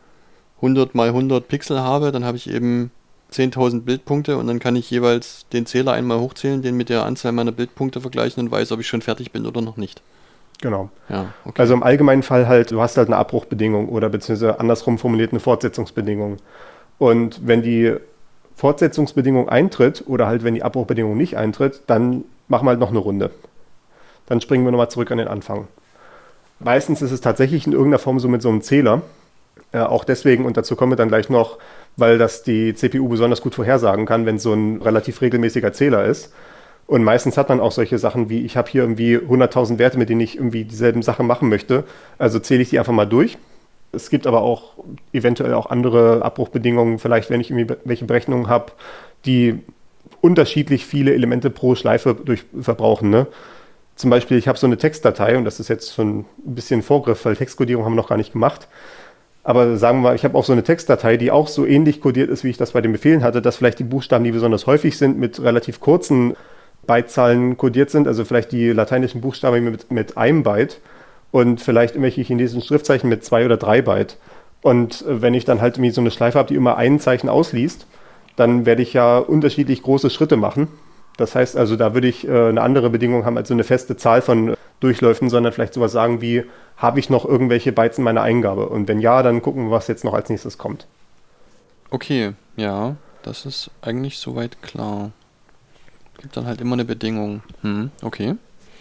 Speaker 3: 100 mal 100 Pixel habe, dann habe ich eben 10.000 Bildpunkte und dann kann ich jeweils den Zähler einmal hochzählen, den mit der Anzahl meiner Bildpunkte vergleichen und weiß, ob ich schon fertig bin oder noch nicht.
Speaker 4: Genau.
Speaker 3: Ja, okay.
Speaker 4: Also im allgemeinen Fall halt, du hast halt eine Abbruchbedingung oder beziehungsweise andersrum formuliert eine Fortsetzungsbedingung. Und wenn die Fortsetzungsbedingung eintritt oder halt wenn die Abbruchbedingung nicht eintritt, dann machen wir halt noch eine Runde. Dann springen wir nochmal zurück an den Anfang. Meistens ist es tatsächlich in irgendeiner Form so mit so einem Zähler. Auch deswegen, und dazu kommen wir dann gleich noch, weil das die CPU besonders gut vorhersagen kann, wenn es so ein relativ regelmäßiger Zähler ist. Und meistens hat man auch solche Sachen wie, ich habe hier irgendwie 100.000 Werte, mit denen ich irgendwie dieselben Sachen machen möchte. Also zähle ich die einfach mal durch. Es gibt aber auch eventuell auch andere Abbruchbedingungen, vielleicht wenn ich irgendwie welche Berechnungen habe, die unterschiedlich viele Elemente pro Schleife verbrauchen. Ne? Zum Beispiel, ich habe so eine Textdatei, und das ist jetzt schon ein bisschen Vorgriff, weil Textkodierung haben wir noch gar nicht gemacht. Aber sagen wir mal, ich habe auch so eine Textdatei, die auch so ähnlich kodiert ist, wie ich das bei den Befehlen hatte, dass vielleicht die Buchstaben, die besonders häufig sind, mit relativ kurzen Bytezahlen kodiert sind, also vielleicht die lateinischen Buchstaben mit einem Byte und vielleicht irgendwelche chinesischen Schriftzeichen mit 2 oder 3 Byte. Und wenn ich dann halt irgendwie so eine Schleife habe, die immer ein Zeichen ausliest, dann werde ich ja unterschiedlich große Schritte machen. Das heißt also, da würde ich eine andere Bedingung haben als so eine feste Zahl von Durchläufen, sondern vielleicht sowas sagen wie, habe ich noch irgendwelche Bytes in meiner Eingabe? Und wenn ja, dann gucken wir, was jetzt noch als nächstes kommt.
Speaker 3: Okay, ja, das ist eigentlich soweit klar. Gibt dann halt immer eine Bedingung. Okay.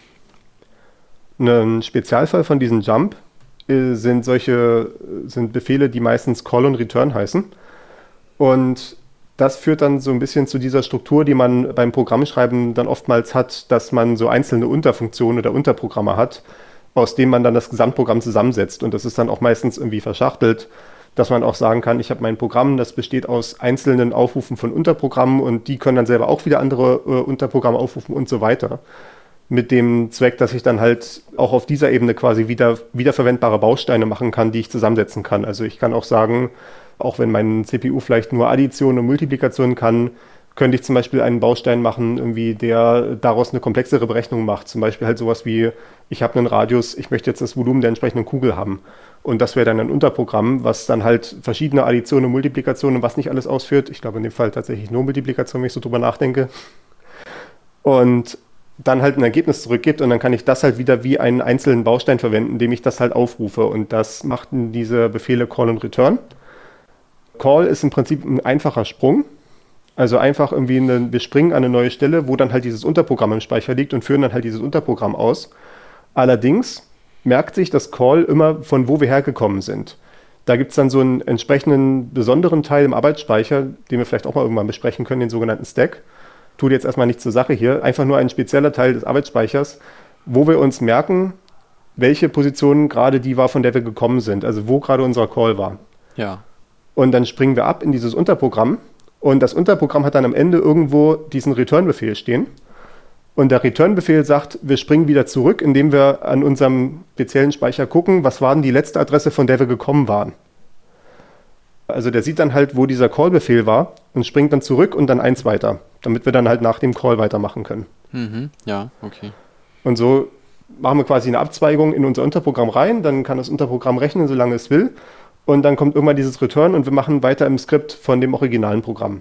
Speaker 4: Ein Spezialfall von diesem Jump sind Befehle, die meistens Call und Return heißen. Und das führt dann so ein bisschen zu dieser Struktur, die man beim Programmschreiben dann oftmals hat, dass man so einzelne Unterfunktionen oder Unterprogramme hat, aus denen man dann das Gesamtprogramm zusammensetzt. Und das ist dann auch meistens irgendwie verschachtelt, dass man auch sagen kann, ich habe mein Programm, das besteht aus einzelnen Aufrufen von Unterprogrammen und die können dann selber auch wieder andere Unterprogramme aufrufen und so weiter. Mit dem Zweck, dass ich dann halt auch auf dieser Ebene quasi wiederverwendbare Bausteine machen kann, die ich zusammensetzen kann. Also ich kann auch sagen, auch wenn mein CPU vielleicht nur Addition und Multiplikation kann, könnte ich zum Beispiel einen Baustein machen, irgendwie, der daraus eine komplexere Berechnung macht. Zum Beispiel halt sowas wie, ich habe einen Radius, ich möchte jetzt das Volumen der entsprechenden Kugel haben. Und das wäre dann ein Unterprogramm, was dann halt verschiedene Additionen und Multiplikationen und was nicht alles ausführt. Ich glaube in dem Fall tatsächlich nur Multiplikation, wenn ich so drüber nachdenke. Und dann halt ein Ergebnis zurückgibt und dann kann ich das halt wieder wie einen einzelnen Baustein verwenden, indem ich das halt aufrufe. Und das machten diese Befehle Call und Return. Call ist im Prinzip ein einfacher Sprung. Also einfach irgendwie wir springen an eine neue Stelle, wo dann halt dieses Unterprogramm im Speicher liegt und führen dann halt dieses Unterprogramm aus. Allerdings merkt sich das Call immer, von wo wir hergekommen sind. Da gibt es dann so einen entsprechenden besonderen Teil im Arbeitsspeicher, den wir vielleicht auch mal irgendwann besprechen können, den sogenannten Stack. Tut jetzt erstmal nichts zur Sache hier. Einfach nur ein spezieller Teil des Arbeitsspeichers, wo wir uns merken, welche Position gerade die war, von der wir gekommen sind. Also wo gerade unser Call war.
Speaker 3: Ja.
Speaker 4: Und dann springen wir ab in dieses Unterprogramm. Und das Unterprogramm hat dann am Ende irgendwo diesen Return-Befehl stehen. Und der Return-Befehl sagt, wir springen wieder zurück, indem wir an unserem speziellen Speicher gucken, was war denn die letzte Adresse, von der wir gekommen waren. Also der sieht dann halt, wo dieser Call-Befehl war und springt dann zurück und dann 1 weiter, damit wir dann halt nach dem Call weitermachen können.
Speaker 3: Ja, okay.
Speaker 4: Und so machen wir quasi eine Abzweigung in unser Unterprogramm rein, dann kann das Unterprogramm rechnen, solange es will. Und dann kommt irgendwann dieses Return und wir machen weiter im Skript von dem originalen Programm.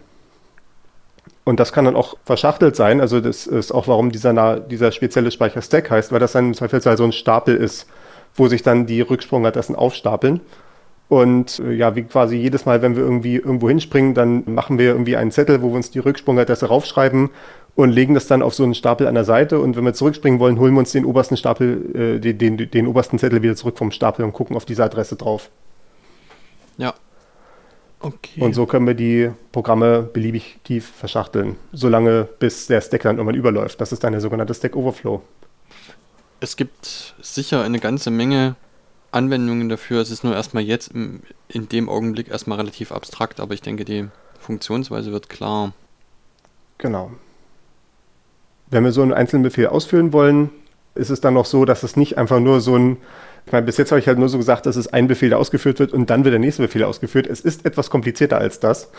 Speaker 4: Und das kann dann auch verschachtelt sein, also das ist auch, warum dieser spezielle Speicher Stack heißt, weil das dann im Zweifelsfall so ein Stapel ist, wo sich dann die Rücksprungadressen aufstapeln. Und ja, wie quasi jedes Mal, wenn wir irgendwie irgendwo hinspringen, dann machen wir irgendwie einen Zettel, wo wir uns die Rücksprungadresse raufschreiben und legen das dann auf so einen Stapel an der Seite. Und wenn wir zurückspringen wollen, holen wir uns den obersten Stapel, den obersten Zettel wieder zurück vom Stapel und gucken auf diese Adresse drauf.
Speaker 3: Ja. Okay.
Speaker 4: Und so können wir die Programme beliebig tief verschachteln, solange bis der Stack dann irgendwann überläuft. Das ist dann der sogenannte Stack Overflow.
Speaker 3: Es gibt sicher eine ganze Menge Anwendungen dafür. Es ist nur erstmal jetzt in dem Augenblick erstmal relativ abstrakt, aber ich denke, die Funktionsweise wird klar.
Speaker 4: Genau. Wenn wir so einen einzelnen Befehl ausführen wollen, ist es dann noch so, dass es nicht einfach nur so ein, ich meine, bis jetzt habe ich halt nur so gesagt, dass es ein Befehl, der ausgeführt wird und dann wird der nächste Befehl ausgeführt. Es ist etwas komplizierter als das.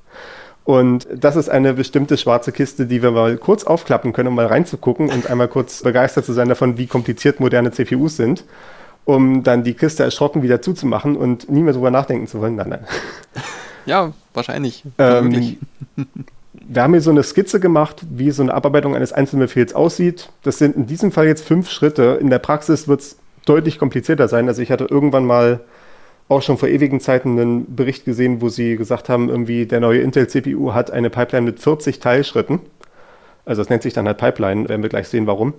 Speaker 4: Und das ist eine bestimmte schwarze Kiste, die wir mal kurz aufklappen können, um mal reinzugucken und einmal kurz begeistert zu sein davon, wie kompliziert moderne CPUs sind, um dann die Kiste erschrocken wieder zuzumachen und nie mehr drüber nachdenken zu wollen. Nein.
Speaker 3: Ja, wahrscheinlich.
Speaker 4: Wir haben hier so eine Skizze gemacht, wie so eine Abarbeitung eines einzelnen Befehls aussieht. Das sind in diesem Fall jetzt 5 Schritte. In der Praxis wird es deutlich komplizierter sein. Also ich hatte irgendwann mal auch schon vor ewigen Zeiten einen Bericht gesehen, wo sie gesagt haben, irgendwie der neue Intel-CPU hat eine Pipeline mit 40 Teilschritten. Also das nennt sich dann halt Pipeline, werden wir gleich sehen, warum.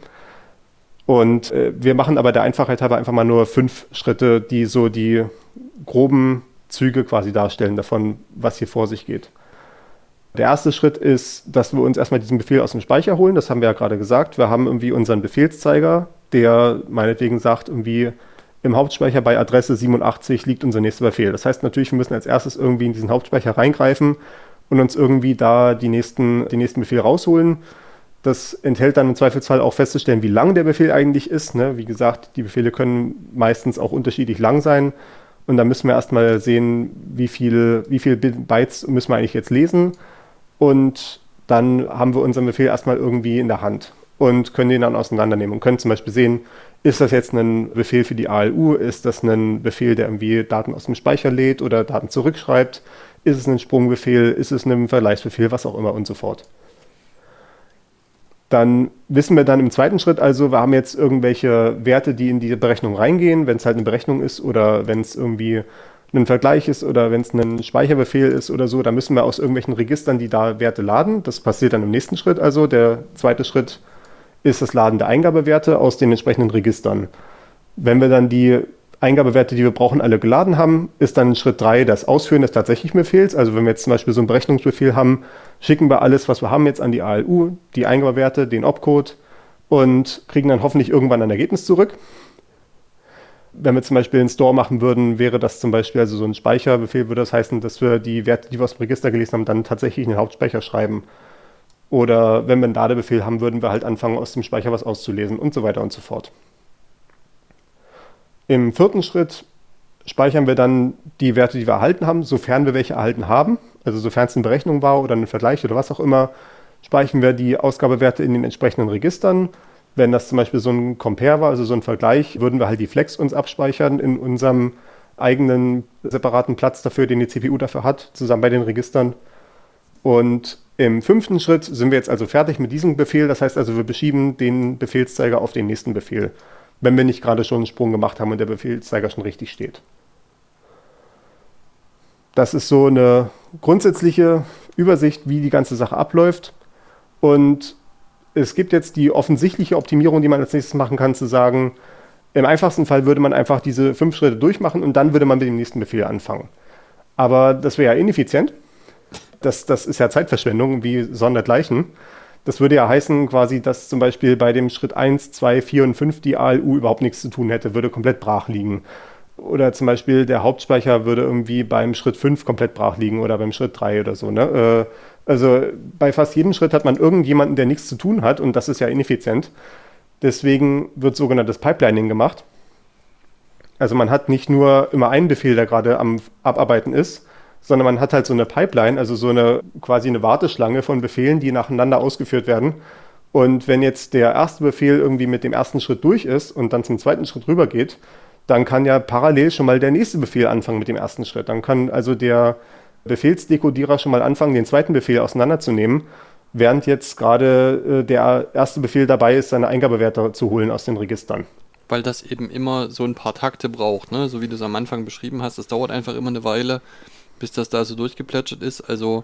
Speaker 4: Und wir machen aber der Einfachheit halber einfach mal nur 5 Schritte, die so die groben Züge quasi darstellen davon, was hier vor sich geht. Der erste Schritt ist, dass wir uns erstmal diesen Befehl aus dem Speicher holen. Das haben wir ja gerade gesagt. Wir haben irgendwie unseren Befehlszeiger, der meinetwegen sagt, irgendwie im Hauptspeicher bei Adresse 87 liegt unser nächster Befehl. Das heißt natürlich, wir müssen als erstes irgendwie in diesen Hauptspeicher reingreifen und uns irgendwie da den nächsten Befehl rausholen. Das enthält dann im Zweifelsfall auch festzustellen, wie lang der Befehl eigentlich ist. Ne? Wie gesagt, die Befehle können meistens auch unterschiedlich lang sein. Und da müssen wir erstmal sehen, wie viel Bytes müssen wir eigentlich jetzt lesen. Und dann haben wir unseren Befehl erstmal irgendwie in der Hand und können den dann auseinandernehmen und können zum Beispiel sehen, ist das jetzt ein Befehl für die ALU, ist das ein Befehl, der irgendwie Daten aus dem Speicher lädt oder Daten zurückschreibt, ist es ein Sprungbefehl, ist es ein Vergleichsbefehl, was auch immer und so fort. Dann wissen wir dann im zweiten Schritt also, wir haben jetzt irgendwelche Werte, die in die Berechnung reingehen, wenn es halt eine Berechnung ist oder wenn es irgendwie ein Vergleich ist oder wenn es ein Speicherbefehl ist oder so, da müssen wir aus irgendwelchen Registern die da Werte laden. Das passiert dann im nächsten Schritt also. Der zweite Schritt ist das Laden der Eingabewerte aus den entsprechenden Registern. Wenn wir dann die Eingabewerte, die wir brauchen, alle geladen haben, ist dann Schritt 3 das Ausführen des tatsächlichen Befehls. Also wenn wir jetzt zum Beispiel so einen Berechnungsbefehl haben, schicken wir alles, was wir haben, jetzt an die ALU, die Eingabewerte, den Opcode und kriegen dann hoffentlich irgendwann ein Ergebnis zurück. Wenn wir zum Beispiel einen Store machen würden, wäre das zum Beispiel, also so ein Speicherbefehl würde das heißen, dass wir die Werte, die wir aus dem Register gelesen haben, dann tatsächlich in den Hauptspeicher schreiben. Oder wenn wir einen Ladebefehl haben, würden wir halt anfangen, aus dem Speicher was auszulesen und so weiter und so fort. Im vierten Schritt speichern wir dann die Werte, die wir erhalten haben, sofern wir welche erhalten haben. Also sofern es eine Berechnung war oder ein Vergleich oder was auch immer, speichern wir die Ausgabewerte in den entsprechenden Registern. Wenn das zum Beispiel so ein Compare war, also so ein Vergleich, würden wir halt die Flex uns abspeichern in unserem eigenen separaten Platz dafür, den die CPU dafür hat, zusammen bei den Registern. Und im fünften Schritt sind wir jetzt also fertig mit diesem Befehl. Das heißt also, wir beschieben den Befehlszeiger auf den nächsten Befehl, wenn wir nicht gerade schon einen Sprung gemacht haben und der Befehlszeiger schon richtig steht. Das ist so eine grundsätzliche Übersicht, wie die ganze Sache abläuft. Und es gibt jetzt die offensichtliche Optimierung, die man als nächstes machen kann, zu sagen, im einfachsten Fall würde man einfach diese 5 Schritte durchmachen und dann würde man mit dem nächsten Befehl anfangen. Aber das wäre ja ineffizient. Das ist ja Zeitverschwendung wie sondergleichen. Das würde ja heißen quasi, dass zum Beispiel bei dem Schritt 1, 2, 4 und 5 die ALU überhaupt nichts zu tun hätte, würde komplett brach liegen. Oder zum Beispiel der Hauptspeicher würde irgendwie beim Schritt 5 komplett brach liegen oder beim Schritt 3 oder so. Ne? Also bei fast jedem Schritt hat man irgendjemanden, der nichts zu tun hat und das ist ja ineffizient. Deswegen wird sogenanntes Pipelining gemacht. Also man hat nicht nur immer einen Befehl, der gerade am Abarbeiten ist, sondern man hat halt so eine Pipeline, also so eine quasi eine Warteschlange von Befehlen, die nacheinander ausgeführt werden. Und wenn jetzt der erste Befehl irgendwie mit dem ersten Schritt durch ist und dann zum zweiten Schritt rübergeht, dann kann ja parallel schon mal der nächste Befehl anfangen mit dem ersten Schritt. Dann kann also der Befehlsdekodierer schon mal anfangen, den zweiten Befehl auseinanderzunehmen, während jetzt gerade der erste Befehl dabei ist, seine Eingabewerte zu holen aus den Registern.
Speaker 3: Weil das eben immer so ein paar Takte braucht, ne? So wie du es am Anfang beschrieben hast. Das dauert einfach immer eine Weile, bis das da so durchgeplätschert ist. Also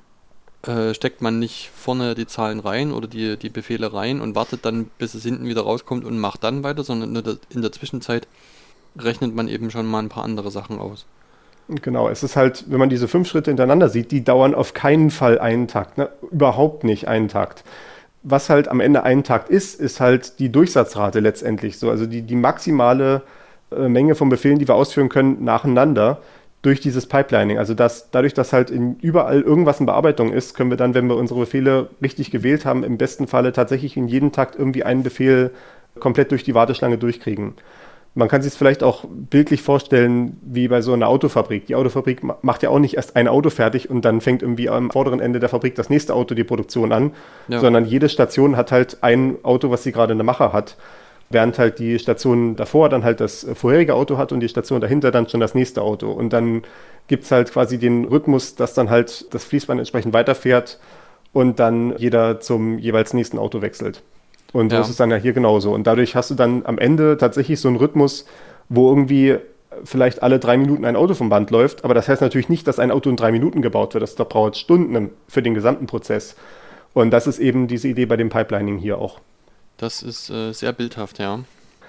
Speaker 3: steckt man nicht vorne die Zahlen rein oder die Befehle rein und wartet dann, bis es hinten wieder rauskommt und macht dann weiter, sondern in der Zwischenzeit rechnet man eben schon mal ein paar andere Sachen aus.
Speaker 4: Genau, es ist halt, wenn man diese 5 Schritte hintereinander sieht, die dauern auf keinen Fall einen Takt, ne? Überhaupt nicht einen Takt. Was halt am Ende ein Takt ist halt die Durchsatzrate letztendlich so, also die maximale Menge von Befehlen, die wir ausführen können, nacheinander durch dieses Pipelining. Also dadurch, dass halt überall irgendwas in Bearbeitung ist, können wir dann, wenn wir unsere Befehle richtig gewählt haben, im besten Falle tatsächlich in jedem Takt irgendwie einen Befehl komplett durch die Warteschlange durchkriegen. Man kann sich es vielleicht auch bildlich vorstellen, wie bei so einer Autofabrik. Die Autofabrik macht ja auch nicht erst ein Auto fertig und dann fängt irgendwie am vorderen Ende der Fabrik das nächste Auto die Produktion an, sondern jede Station hat halt ein Auto, was sie gerade in der Mache hat, während halt die Station davor dann halt das vorherige Auto hat und die Station dahinter dann schon das nächste Auto. Und dann gibt es halt quasi den Rhythmus, dass dann halt das Fließband entsprechend weiterfährt und dann jeder zum jeweils nächsten Auto wechselt. Und so ist es dann ja hier genauso. Und dadurch hast du dann am Ende tatsächlich so einen Rhythmus, wo irgendwie vielleicht alle 3 Minuten ein Auto vom Band läuft. Aber das heißt natürlich nicht, dass ein Auto in 3 Minuten gebaut wird. Das dauert Stunden für den gesamten Prozess. Und das ist eben diese Idee bei dem Pipelining hier auch.
Speaker 3: Das ist sehr bildhaft, ja.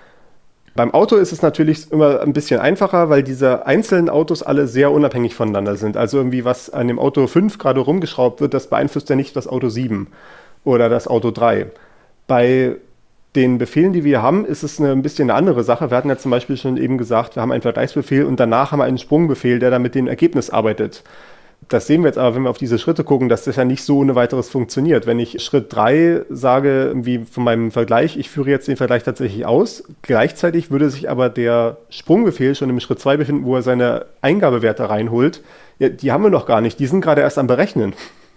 Speaker 4: Beim Auto ist es natürlich immer ein bisschen einfacher, weil diese einzelnen Autos alle sehr unabhängig voneinander sind. Also irgendwie, was an dem Auto 5 gerade rumgeschraubt wird, das beeinflusst ja nicht das Auto 7 oder das Auto 3. Bei den Befehlen, die wir haben, ist es ein bisschen eine andere Sache. Wir hatten ja zum Beispiel schon eben gesagt, wir haben einen Vergleichsbefehl und danach haben wir einen Sprungbefehl, der dann mit dem Ergebnis arbeitet. Das sehen wir jetzt aber, wenn wir auf diese Schritte gucken, dass das ja nicht so ohne weiteres funktioniert. Wenn ich Schritt 3 sage, wie von meinem Vergleich, ich führe jetzt den Vergleich tatsächlich aus, gleichzeitig würde sich aber der Sprungbefehl schon im Schritt 2 befinden, wo er seine Eingabewerte reinholt. Ja, die haben wir noch gar nicht, die sind gerade erst am Berechnen.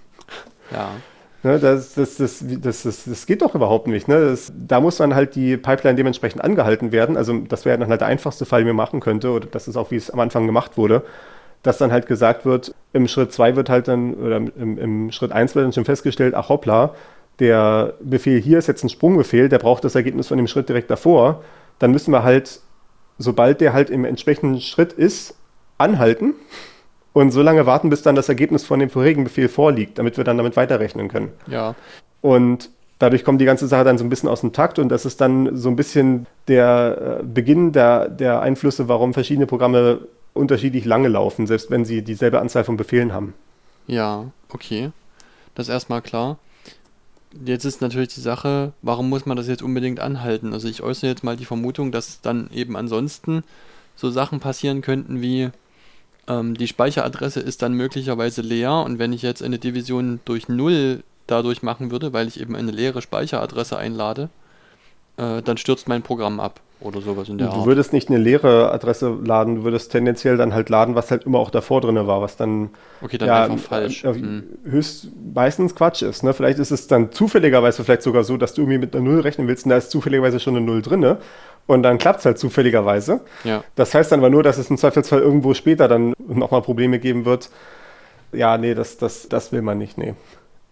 Speaker 3: Ja.
Speaker 4: Ne, das geht doch überhaupt nicht. Ne? Da muss dann halt die Pipeline dementsprechend angehalten werden. Also das wäre dann halt der einfachste Fall, den man machen könnte. Oder das ist auch, wie es am Anfang gemacht wurde. Dass dann halt gesagt wird, im Schritt 2 wird halt dann, oder im Schritt 1 wird dann schon festgestellt, ach hoppla, der Befehl hier ist jetzt ein Sprungbefehl, der braucht das Ergebnis von dem Schritt direkt davor. Dann müssen wir halt, sobald der halt im entsprechenden Schritt ist, anhalten. Und so lange warten, bis dann das Ergebnis von dem vorherigen Befehl vorliegt, damit wir dann damit weiterrechnen können.
Speaker 3: Ja.
Speaker 4: Und dadurch kommt die ganze Sache dann so ein bisschen aus dem Takt und das ist dann so ein bisschen der Beginn der Einflüsse, warum verschiedene Programme unterschiedlich lange laufen, selbst wenn sie dieselbe Anzahl von Befehlen haben.
Speaker 3: Ja, okay. Das ist erstmal klar. Jetzt ist natürlich die Sache, warum muss man das jetzt unbedingt anhalten? Also ich äußere jetzt mal die Vermutung, dass dann eben ansonsten so Sachen passieren könnten wie die Speicheradresse ist dann möglicherweise leer und wenn ich jetzt eine Division durch 0 dadurch machen würde, weil ich eben eine leere Speicheradresse einlade, dann stürzt mein Programm ab oder sowas in der Art.
Speaker 4: Du würdest nicht eine leere Adresse laden, du würdest tendenziell dann halt laden, was halt immer auch davor drin war, was dann
Speaker 3: okay, dann einfach falsch.
Speaker 4: Meistens Quatsch ist. Ne? Vielleicht ist es dann zufälligerweise vielleicht sogar so, dass du irgendwie mit einer 0 rechnen willst und da ist zufälligerweise schon eine 0 drin. Und dann klappt es halt zufälligerweise. Ja. Das heißt dann aber nur, dass es im Zweifelsfall irgendwo später dann nochmal Probleme geben wird. Ja, nee, das will man nicht, nee.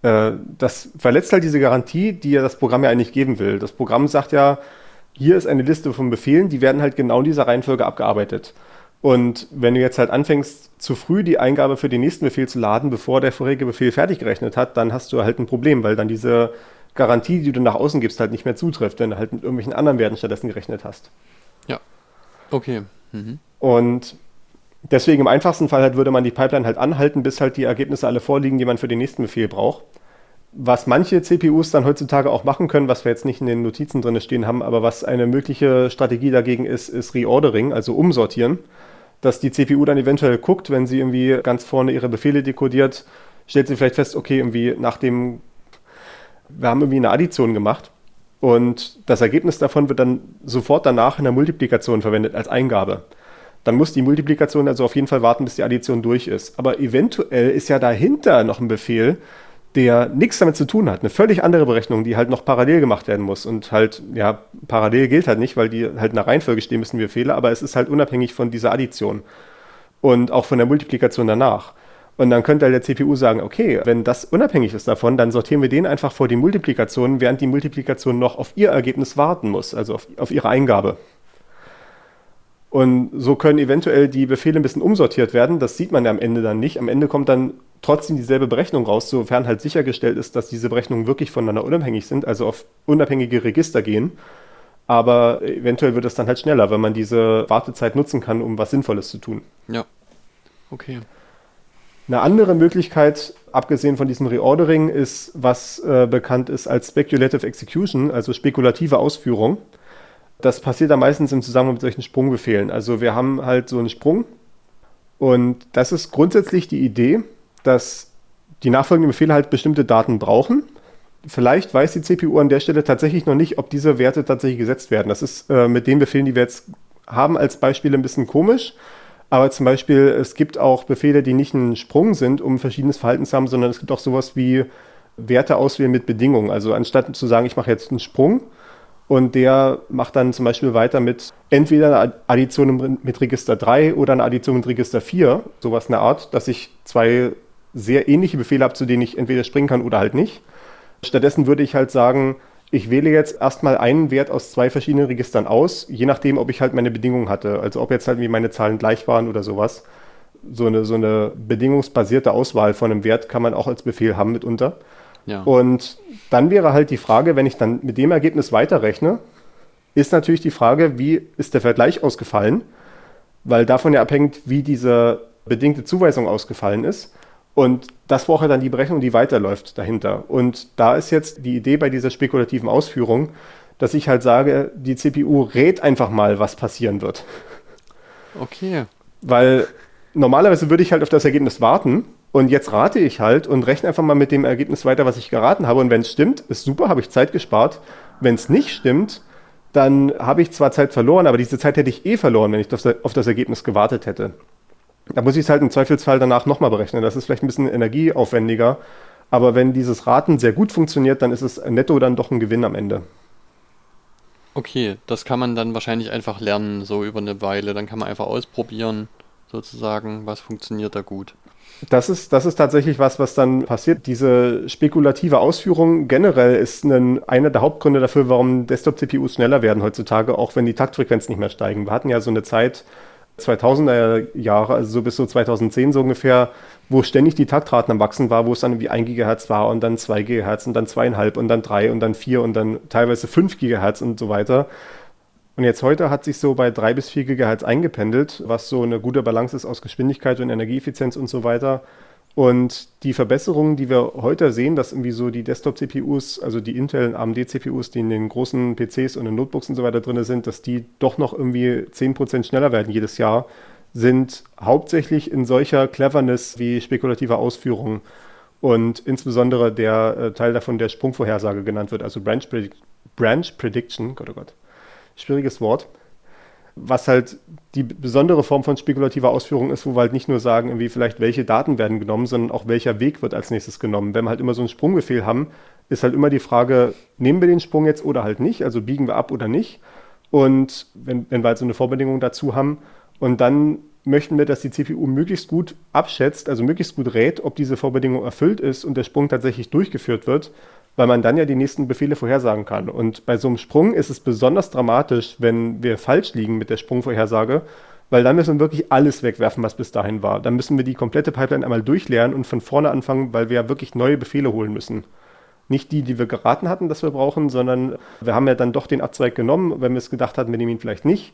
Speaker 4: Das verletzt halt diese Garantie, die ja das Programm ja eigentlich geben will. Das Programm sagt ja, hier ist eine Liste von Befehlen, die werden halt genau in dieser Reihenfolge abgearbeitet. Und wenn du jetzt halt anfängst, zu früh die Eingabe für den nächsten Befehl zu laden, bevor der vorherige Befehl fertig gerechnet hat, dann hast du halt ein Problem, weil dann diese Garantie, die du nach außen gibst, halt nicht mehr zutrifft, wenn du halt mit irgendwelchen anderen Werten stattdessen gerechnet hast.
Speaker 3: Ja, okay. Mhm.
Speaker 4: Und deswegen im einfachsten Fall halt würde man die Pipeline halt anhalten, bis halt die Ergebnisse alle vorliegen, die man für den nächsten Befehl braucht. was manche CPUs dann heutzutage auch machen können, was wir jetzt nicht in den Notizen drin stehen haben, aber was eine mögliche Strategie dagegen ist Reordering, also umsortieren, dass die CPU dann eventuell guckt, wenn sie irgendwie ganz vorne ihre Befehle dekodiert, stellt sie vielleicht fest, okay, irgendwie wir haben irgendwie eine Addition gemacht und das Ergebnis davon wird dann sofort danach in der Multiplikation verwendet als Eingabe. Dann muss die Multiplikation also auf jeden Fall warten, bis die Addition durch ist. Aber eventuell ist ja dahinter noch ein Befehl, der nichts damit zu tun hat. Eine völlig andere Berechnung, die halt noch parallel gemacht werden muss. Und halt, ja, parallel gilt halt nicht, weil die halt in der Reihenfolge stehen müssen, die Befehle, aber es ist halt unabhängig von dieser Addition und auch von der Multiplikation danach. Und dann könnte halt der CPU sagen, okay, wenn das unabhängig ist davon, dann sortieren wir den einfach vor die Multiplikation, während die Multiplikation noch auf ihr Ergebnis warten muss, also auf ihre Eingabe. Und so können eventuell die Befehle ein bisschen umsortiert werden. Das sieht man ja am Ende dann nicht. Am Ende kommt dann trotzdem dieselbe Berechnung raus, sofern halt sichergestellt ist, dass diese Berechnungen wirklich voneinander unabhängig sind, also auf unabhängige Register gehen. Aber eventuell wird es dann halt schneller, wenn man diese Wartezeit nutzen kann, um was Sinnvolles zu tun.
Speaker 3: Ja, okay.
Speaker 4: Eine andere Möglichkeit, abgesehen von diesem Reordering, ist, was bekannt ist als Speculative Execution, also spekulative Ausführung. Das passiert dann meistens im Zusammenhang mit solchen Sprungbefehlen. Also wir haben halt so einen Sprung und das ist grundsätzlich die Idee, dass die nachfolgenden Befehle halt bestimmte Daten brauchen. Vielleicht weiß die CPU an der Stelle tatsächlich noch nicht, ob diese Werte tatsächlich gesetzt werden. Das ist mit den Befehlen, die wir jetzt haben, als Beispiel ein bisschen komisch. Aber zum Beispiel, es gibt auch Befehle, die nicht ein Sprung sind, um verschiedenes Verhalten zu haben, sondern es gibt auch sowas wie Werte auswählen mit Bedingungen. Also anstatt zu sagen, ich mache jetzt einen Sprung, und der macht dann zum Beispiel weiter mit entweder einer Addition mit Register 3 oder einer Addition mit Register 4, sowas in der Art, dass ich zwei sehr ähnliche Befehle habe, zu denen ich entweder springen kann oder halt nicht. Stattdessen würde ich halt sagen, ich wähle jetzt erstmal einen Wert aus zwei verschiedenen Registern aus, je nachdem, ob ich halt meine Bedingungen hatte. Also ob jetzt halt wie meine Zahlen gleich waren oder sowas. So eine bedingungsbasierte Auswahl von einem Wert kann man auch als Befehl haben mitunter. Ja. Und dann wäre halt die Frage, wenn ich dann mit dem Ergebnis weiterrechne, ist natürlich die Frage, wie ist der Vergleich ausgefallen, weil davon ja abhängt, wie diese bedingte Zuweisung ausgefallen ist. Und das braucht ja dann die Berechnung, die weiterläuft dahinter. Und da ist jetzt die Idee bei dieser spekulativen Ausführung, dass ich halt sage, die CPU rät einfach mal, was passieren wird.
Speaker 3: Okay.
Speaker 4: Weil normalerweise würde ich halt auf das Ergebnis warten. Und jetzt rate ich halt und rechne einfach mal mit dem Ergebnis weiter, was ich geraten habe. Und wenn es stimmt, ist super, habe ich Zeit gespart. Wenn es nicht stimmt, dann habe ich zwar Zeit verloren, aber diese Zeit hätte ich verloren, wenn ich auf das Ergebnis gewartet hätte. Da muss ich es halt im Zweifelsfall danach nochmal berechnen. Das ist vielleicht ein bisschen energieaufwendiger. Aber wenn dieses Raten sehr gut funktioniert, dann ist es netto dann doch ein Gewinn am Ende.
Speaker 3: Okay, das kann man dann wahrscheinlich einfach lernen, so über eine Weile. Dann kann man einfach ausprobieren, sozusagen, was funktioniert da gut.
Speaker 4: Das ist tatsächlich was dann passiert. Diese spekulative Ausführung generell ist einer der Hauptgründe dafür, warum Desktop-CPUs schneller werden heutzutage, auch wenn die Taktfrequenzen nicht mehr steigen. Wir hatten ja so eine Zeit, 2000er Jahre, also so bis so 2010 so ungefähr, wo ständig die Taktraten am Wachsen war, wo es dann irgendwie 1 GHz war und dann 2 GHz und dann 2,5 und dann 3 und dann 4 und dann teilweise 5 GHz und so weiter. Und jetzt heute hat sich so bei 3 bis 4 GHz eingependelt, was so eine gute Balance ist aus Geschwindigkeit und Energieeffizienz und so weiter. Und die Verbesserungen, die wir heute sehen, dass irgendwie so die Desktop-CPUs, also die Intel- und AMD-CPUs, die in den großen PCs und in Notebooks und so weiter drin sind, dass die doch noch irgendwie 10% schneller werden jedes Jahr, sind hauptsächlich in solcher Cleverness wie spekulativer Ausführung. Und insbesondere der Teil davon, der Sprungvorhersage genannt wird, also Branch Prediction, Gott, oh Gott. Schwieriges Wort, was halt die besondere Form von spekulativer Ausführung ist, wo wir halt nicht nur sagen, irgendwie vielleicht welche Daten werden genommen, sondern auch welcher Weg wird als nächstes genommen. Wenn wir halt immer so einen Sprungbefehl haben, ist halt immer die Frage, nehmen wir den Sprung jetzt oder halt nicht, also biegen wir ab oder nicht. Und wenn wir halt so eine Vorbedingung dazu haben und dann möchten wir, dass die CPU möglichst gut abschätzt, also möglichst gut rät, ob diese Vorbedingung erfüllt ist und der Sprung tatsächlich durchgeführt wird, weil man dann ja die nächsten Befehle vorhersagen kann. Und bei so einem Sprung ist es besonders dramatisch, wenn wir falsch liegen mit der Sprungvorhersage, weil dann müssen wir wirklich alles wegwerfen, was bis dahin war. Dann müssen wir die komplette Pipeline einmal durchlernen und von vorne anfangen, weil wir ja wirklich neue Befehle holen müssen. Nicht die wir geraten hatten, dass wir brauchen, sondern wir haben ja dann doch den Abzweig genommen, wenn wir es gedacht hatten, wir nehmen ihn vielleicht nicht.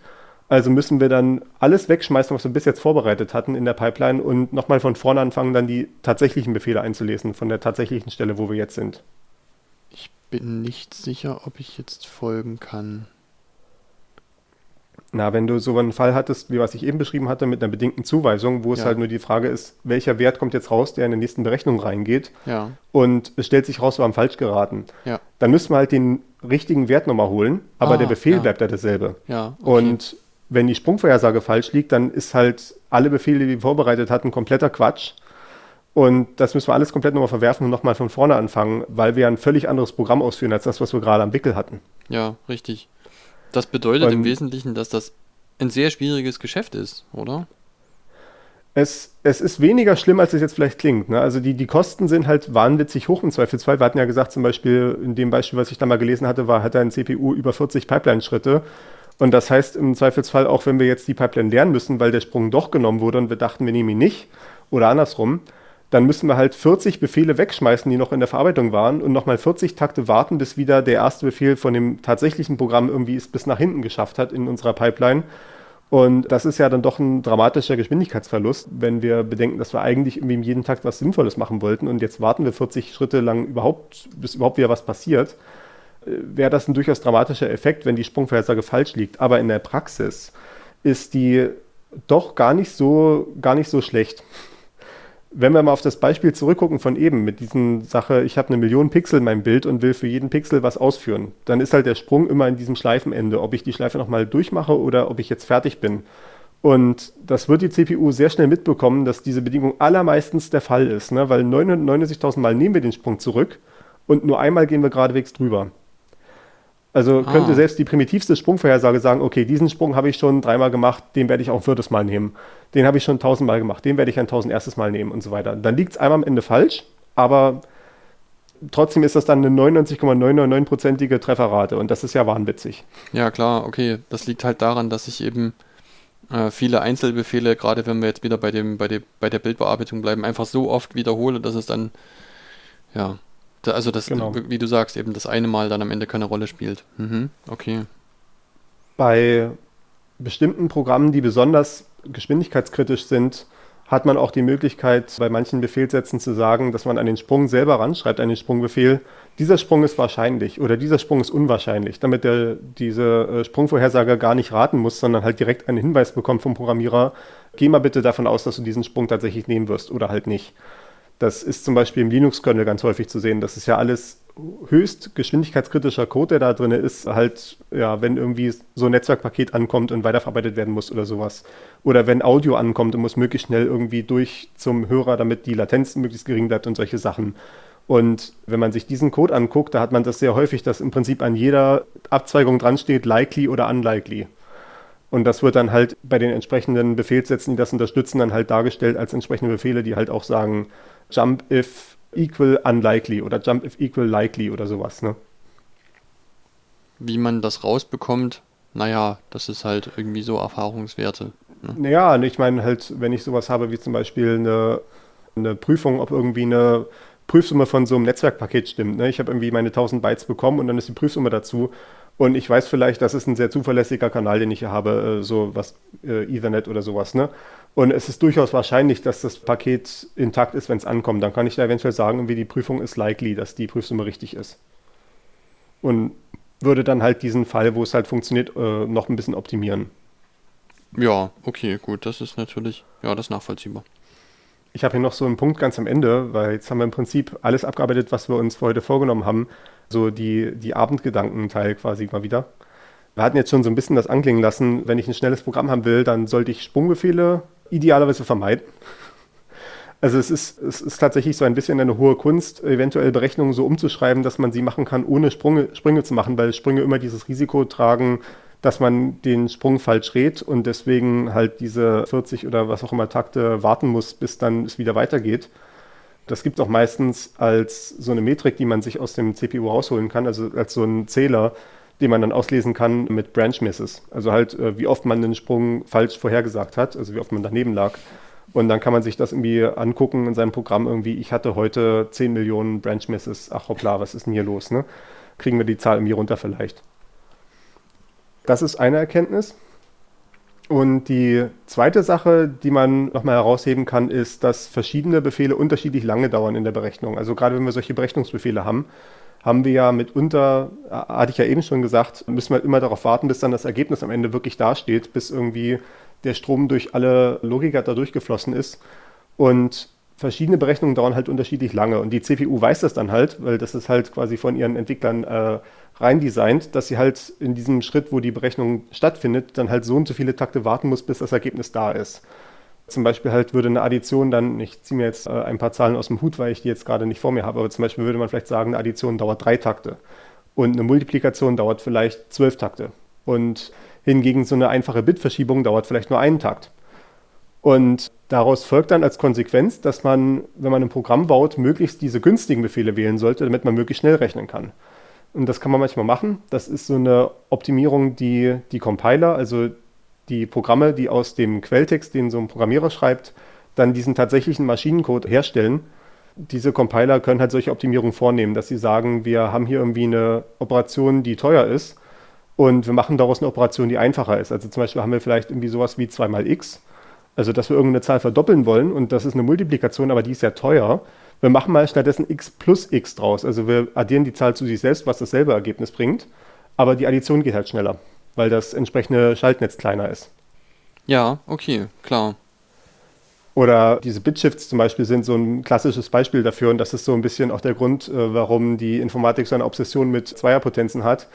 Speaker 4: Also müssen wir dann alles wegschmeißen, was wir bis jetzt vorbereitet hatten in der Pipeline und nochmal von vorne anfangen, dann die tatsächlichen Befehle einzulesen von der tatsächlichen Stelle, wo wir jetzt sind.
Speaker 3: Ich bin nicht sicher, ob ich jetzt folgen kann.
Speaker 4: Na, wenn du so einen Fall hattest, wie was ich eben beschrieben hatte, mit einer bedingten Zuweisung, wo es halt nur die Frage ist, welcher Wert kommt jetzt raus, der in der nächsten Berechnung reingeht, und es stellt sich raus, wir haben falsch geraten.
Speaker 3: Ja.
Speaker 4: Dann müssen wir halt den richtigen Wert nochmal holen, aber der Befehl bleibt ja dasselbe.
Speaker 3: Ja, okay.
Speaker 4: Und wenn die Sprungvorhersage falsch liegt, dann ist halt alle Befehle, die wir vorbereitet hatten, kompletter Quatsch. Und das müssen wir alles komplett nochmal verwerfen und nochmal von vorne anfangen, weil wir ein völlig anderes Programm ausführen, als das, was wir gerade am Wickel hatten.
Speaker 3: Ja, richtig. Das bedeutet im Wesentlichen, dass das ein sehr schwieriges Geschäft ist, oder?
Speaker 4: Es ist weniger schlimm, als es jetzt vielleicht klingt. Ne? Also die Kosten sind halt wahnwitzig hoch im Zweifelsfall. Wir hatten ja gesagt, zum Beispiel in dem Beispiel, was ich da mal gelesen hatte, hat ein CPU über 40 Pipeline-Schritte. Und das heißt im Zweifelsfall, auch wenn wir jetzt die Pipeline lernen müssen, weil der Sprung doch genommen wurde und wir dachten, wir nehmen ihn nicht, oder andersrum, dann müssen wir halt 40 Befehle wegschmeißen, die noch in der Verarbeitung waren und nochmal 40 Takte warten, bis wieder der erste Befehl von dem tatsächlichen Programm irgendwie es bis nach hinten geschafft hat in unserer Pipeline. Und das ist ja dann doch ein dramatischer Geschwindigkeitsverlust, wenn wir bedenken, dass wir eigentlich irgendwie in jedem Takt was Sinnvolles machen wollten und jetzt warten wir 40 Schritte lang bis überhaupt wieder was passiert, wäre das ein durchaus dramatischer Effekt, wenn die Sprungvorhersage falsch liegt. Aber in der Praxis ist die doch gar nicht so schlecht. Wenn wir mal auf das Beispiel zurückgucken von eben mit diesen Sache, ich habe 1 Million Pixel in meinem Bild und will für jeden Pixel was ausführen, dann ist halt der Sprung immer in diesem Schleifenende, ob ich die Schleife nochmal durchmache oder ob ich jetzt fertig bin. Und das wird die CPU sehr schnell mitbekommen, dass diese Bedingung allermeistens der Fall ist, ne? Weil 999.000 Mal nehmen wir den Sprung zurück und nur einmal gehen wir geradewegs drüber. Also könnte selbst die primitivste Sprungvorhersage sagen, okay, diesen Sprung habe ich schon 3-mal gemacht, den werde ich auch ein 4. Mal nehmen. Den habe ich schon 1000-mal gemacht, den werde ich ein 1001. Mal nehmen und so weiter. Dann liegt es einmal am Ende falsch, aber trotzdem ist das dann eine 99,999%ige Trefferrate und das ist ja wahnwitzig.
Speaker 3: Ja, klar, okay. Das liegt halt daran, dass ich eben viele Einzelbefehle, gerade wenn wir jetzt wieder bei der Bildbearbeitung bleiben, einfach so oft wiederhole, dass es dann, ja, also das, wie du sagst, eben das eine Mal dann am Ende keine Rolle spielt. Okay.
Speaker 4: Bei bestimmten Programmen, die besonders geschwindigkeitskritisch sind, hat man auch die Möglichkeit, bei manchen Befehlssätzen zu sagen, dass man an den Sprung selber ranschreibt, an den Sprungbefehl, dieser Sprung ist wahrscheinlich oder dieser Sprung ist unwahrscheinlich, damit diese Sprungvorhersager gar nicht raten muss, sondern halt direkt einen Hinweis bekommt vom Programmierer, geh mal bitte davon aus, dass du diesen Sprung tatsächlich nehmen wirst oder halt nicht. Das ist zum Beispiel im Linux-Kernel ganz häufig zu sehen. Das ist ja alles höchst geschwindigkeitskritischer Code, der da drin ist, halt, ja, wenn irgendwie so ein Netzwerkpaket ankommt und weiterverarbeitet werden muss oder sowas. Oder wenn Audio ankommt und muss möglichst schnell irgendwie durch zum Hörer, damit die Latenz möglichst gering bleibt und solche Sachen. Und wenn man sich diesen Code anguckt, da hat man das sehr häufig, dass im Prinzip an jeder Abzweigung dran steht, likely oder unlikely. Und das wird dann halt bei den entsprechenden Befehlssätzen, die das unterstützen, dann halt dargestellt als entsprechende Befehle, die halt auch sagen, jump if equal unlikely oder jump if equal likely oder sowas, ne?
Speaker 3: Wie man das rausbekommt, naja, das ist halt irgendwie so Erfahrungswerte. Ne?
Speaker 4: Naja, ich meine halt, wenn ich sowas habe wie zum Beispiel eine Prüfung, ob irgendwie eine Prüfsumme von so einem Netzwerkpaket stimmt, ne? Ich habe irgendwie meine 1000 Bytes bekommen und dann ist die Prüfsumme dazu. Und ich weiß vielleicht, das ist ein sehr zuverlässiger Kanal, den ich hier habe, so was Ethernet oder sowas, ne? Und es ist durchaus wahrscheinlich, dass das Paket intakt ist, wenn es ankommt. Dann kann ich da eventuell sagen, irgendwie die Prüfung ist likely, dass die Prüfsumme richtig ist. Und würde dann halt diesen Fall, wo es halt funktioniert, noch ein bisschen optimieren.
Speaker 3: Ja, okay, gut, das ist natürlich, ja, das ist nachvollziehbar.
Speaker 4: Ich habe hier noch so einen Punkt ganz am Ende, weil jetzt haben wir im Prinzip alles abgearbeitet, was wir uns für heute vorgenommen haben. So die Abendgedanken-Teil quasi mal wieder. Wir hatten jetzt schon so ein bisschen das anklingen lassen, wenn ich ein schnelles Programm haben will, dann sollte ich Sprungbefehle idealerweise vermeiden. Also es ist tatsächlich so ein bisschen eine hohe Kunst, eventuell Berechnungen so umzuschreiben, dass man sie machen kann, ohne Sprünge zu machen, weil Sprünge immer dieses Risiko tragen, dass man den Sprung falsch rät und deswegen halt diese 40 oder was auch immer Takte warten muss, bis dann es wieder weitergeht. Das gibt es auch meistens als so eine Metrik, die man sich aus dem CPU rausholen kann, also als so einen Zähler, den man dann auslesen kann mit Branch Misses. Also halt, wie oft man den Sprung falsch vorhergesagt hat, also wie oft man daneben lag. Und dann kann man sich das irgendwie angucken in seinem Programm irgendwie, ich hatte heute 10 Millionen Branch Misses, ach hoppla, was ist denn hier los, ne? Kriegen wir die Zahl irgendwie runter vielleicht. Das ist eine Erkenntnis. Und die zweite Sache, die man nochmal herausheben kann, ist, dass verschiedene Befehle unterschiedlich lange dauern in der Berechnung. Also gerade wenn wir solche Berechnungsbefehle haben, haben wir ja mitunter, hatte ich ja eben schon gesagt, müssen wir immer darauf warten, bis dann das Ergebnis am Ende wirklich dasteht, bis irgendwie der Strom durch alle Logikgatter durchgeflossen ist. Und verschiedene Berechnungen dauern halt unterschiedlich lange. Und die CPU weiß das dann halt, weil das ist halt quasi von ihren Entwicklern rein designt, dass sie halt in diesem Schritt, wo die Berechnung stattfindet, dann halt so und so viele Takte warten muss, bis das Ergebnis da ist. Zum Beispiel halt würde eine Addition dann, ich ziehe mir jetzt ein paar Zahlen aus dem Hut, weil ich die jetzt gerade nicht vor mir habe, aber zum Beispiel würde man vielleicht sagen, eine Addition dauert 3 Takte und eine Multiplikation dauert vielleicht 12 Takte. Und hingegen so eine einfache Bitverschiebung dauert vielleicht nur 1 Takt. Und daraus folgt dann als Konsequenz, dass man, wenn man ein Programm baut, möglichst diese günstigen Befehle wählen sollte, damit man möglichst schnell rechnen kann. Und das kann man manchmal machen. Das ist so eine Optimierung, die die Compiler, also die Programme, die aus dem Quelltext, den so ein Programmierer schreibt, dann diesen tatsächlichen Maschinencode herstellen. Diese Compiler können halt solche Optimierungen vornehmen, dass sie sagen, wir haben hier irgendwie eine Operation, die teuer ist und wir machen daraus eine Operation, die einfacher ist. Also zum Beispiel haben wir vielleicht irgendwie sowas wie 2 mal x, also dass wir irgendeine Zahl verdoppeln wollen und das ist eine Multiplikation, aber die ist ja teuer. Wir machen mal stattdessen x plus x draus. Also wir addieren die Zahl zu sich selbst, was dasselbe Ergebnis bringt, aber die Addition geht halt schneller, weil das entsprechende Schaltnetz kleiner ist.
Speaker 3: Ja, okay, klar.
Speaker 4: Oder diese Bitshifts zum Beispiel sind so ein klassisches Beispiel dafür und das ist so ein bisschen auch der Grund, warum die Informatik so eine Obsession mit Zweierpotenzen hat.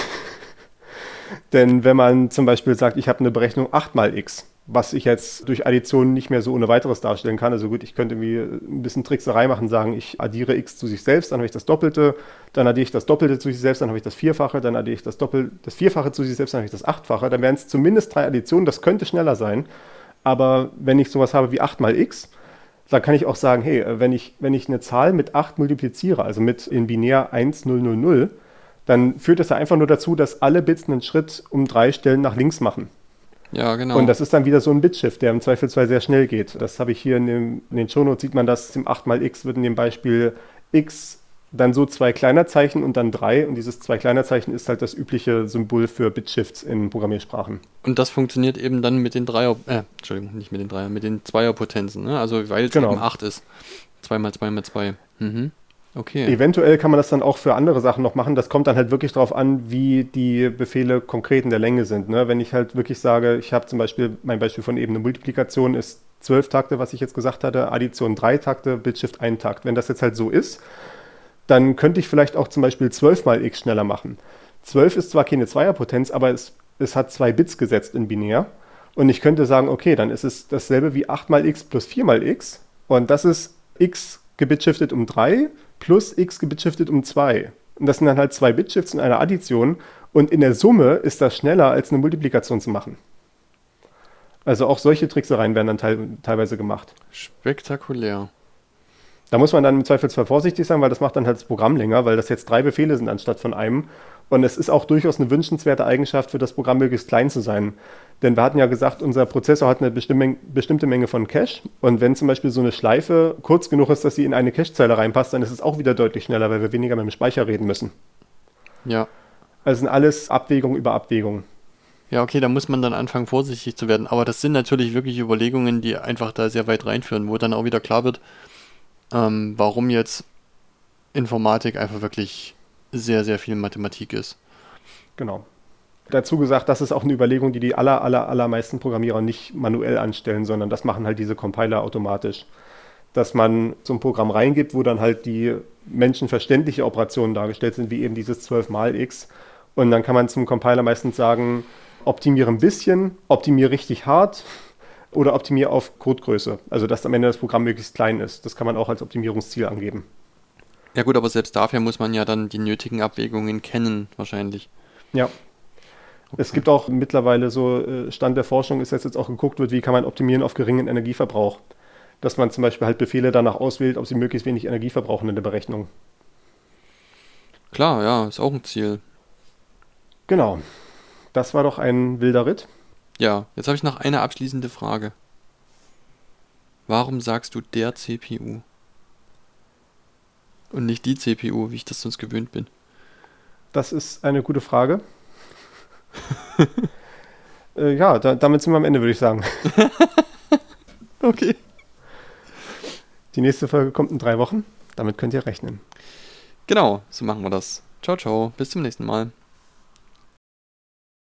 Speaker 4: Denn wenn man zum Beispiel sagt, ich habe eine Berechnung 8 mal x, was ich jetzt durch Addition nicht mehr so ohne weiteres darstellen kann. Also gut, ich könnte irgendwie ein bisschen Trickserei machen, sagen, ich addiere x zu sich selbst, dann habe ich das Doppelte, dann addiere ich das Doppelte zu sich selbst, dann habe ich das Vierfache, dann addiere ich das Vierfache zu sich selbst, dann habe ich das Achtfache. Dann wären es zumindest 3 Additionen, das könnte schneller sein. Aber wenn ich sowas habe wie 8 mal x, dann kann ich auch sagen, hey, wenn ich eine Zahl mit 8 multipliziere, also mit in binär 1, 0, 0, 0, dann führt das ja einfach nur dazu, dass alle Bits einen Schritt um 3 Stellen nach links machen.
Speaker 3: Ja, genau.
Speaker 4: Und das ist dann wieder so ein Bitshift, der im Zweifelsfall sehr schnell geht. Das habe ich hier in den Shownotes, sieht man das, im 8 mal x wird in dem Beispiel x dann so 2 Kleinerzeichen und dann 3. Und dieses 2 Kleinerzeichen ist halt das übliche Symbol für Bitshifts in Programmiersprachen.
Speaker 3: Und das funktioniert eben dann mit den nicht mit den Dreier, mit den Zweierpotenzen, ne? Also weil es
Speaker 4: Genau.
Speaker 3: eben 8 ist. 2 mal 2 mal 2. Mhm. Okay.
Speaker 4: Eventuell kann man das dann auch für andere Sachen noch machen. Das kommt dann halt wirklich darauf an, wie die Befehle konkret in der Länge sind. Ne? Wenn ich halt wirklich sage, ich habe zum Beispiel, mein Beispiel von eben eine Multiplikation ist 12 Takte, was ich jetzt gesagt hatte, Addition 3 Takte, Bitshift 1 Takt. Wenn das jetzt halt so ist, dann könnte ich vielleicht auch zum Beispiel 12 mal x schneller machen. 12 ist zwar keine Zweierpotenz, aber es hat 2 Bits gesetzt in binär. Und ich könnte sagen, okay, dann ist es dasselbe wie 8 mal x plus 4 mal x. Und das ist x gebitshiftet um 3 plus x gebitshiftet um 2. Und das sind dann halt 2 Bitshifts in einer Addition. Und in der Summe ist das schneller, als eine Multiplikation zu machen. Also auch solche Tricksereien werden dann teilweise gemacht.
Speaker 3: Spektakulär.
Speaker 4: Da muss man dann im Zweifelsfall vorsichtig sein, weil das macht dann halt das Programm länger, weil das jetzt 3 Befehle sind anstatt von einem. Und es ist auch durchaus eine wünschenswerte Eigenschaft für das Programm, möglichst klein zu sein. Denn wir hatten ja gesagt, unser Prozessor hat eine bestimmte Menge von Cache. Und wenn zum Beispiel so eine Schleife kurz genug ist, dass sie in eine Cache-Zeile reinpasst, dann ist es auch wieder deutlich schneller, weil wir weniger mit dem Speicher reden müssen.
Speaker 3: Ja.
Speaker 4: Also sind alles Abwägungen über Abwägungen.
Speaker 3: Ja, okay, da muss man dann anfangen, vorsichtig zu werden. Aber das sind natürlich wirklich Überlegungen, die einfach da sehr weit reinführen, wo dann auch wieder klar wird, warum jetzt Informatik einfach wirklich sehr, sehr viel Mathematik ist.
Speaker 4: Genau. Dazu gesagt, das ist auch eine Überlegung, die allermeisten Programmierer nicht manuell anstellen, sondern das machen halt diese Compiler automatisch. Dass man so ein Programm reingibt, wo dann halt die menschenverständliche Operationen dargestellt sind, wie eben dieses 12 mal x. Und dann kann man zum Compiler meistens sagen, optimiere ein bisschen, optimiere richtig hart oder optimiere auf Codegröße. Also dass am Ende das Programm möglichst klein ist. Das kann man auch als Optimierungsziel angeben.
Speaker 3: Ja gut, aber selbst dafür muss man ja dann die nötigen Abwägungen kennen, wahrscheinlich.
Speaker 4: Ja.
Speaker 3: Okay.
Speaker 4: Es gibt auch mittlerweile so, Stand der Forschung ist, dass jetzt auch geguckt wird, wie kann man optimieren auf geringen Energieverbrauch. Dass man zum Beispiel halt Befehle danach auswählt, ob sie möglichst wenig Energie verbrauchen in der Berechnung.
Speaker 3: Klar, ja, ist auch ein Ziel.
Speaker 4: Genau. Das war doch ein wilder Ritt.
Speaker 3: Ja, jetzt habe ich noch eine abschließende Frage. Warum sagst du der CPU? Und nicht die CPU, wie ich das sonst gewöhnt bin?
Speaker 4: Das ist eine gute Frage. Ja, damit sind wir am Ende, würde ich sagen.
Speaker 3: Okay.
Speaker 4: Die nächste Folge kommt in 3 Wochen. Damit könnt ihr rechnen.
Speaker 3: Genau, so machen wir das. Ciao, ciao. Bis zum nächsten Mal.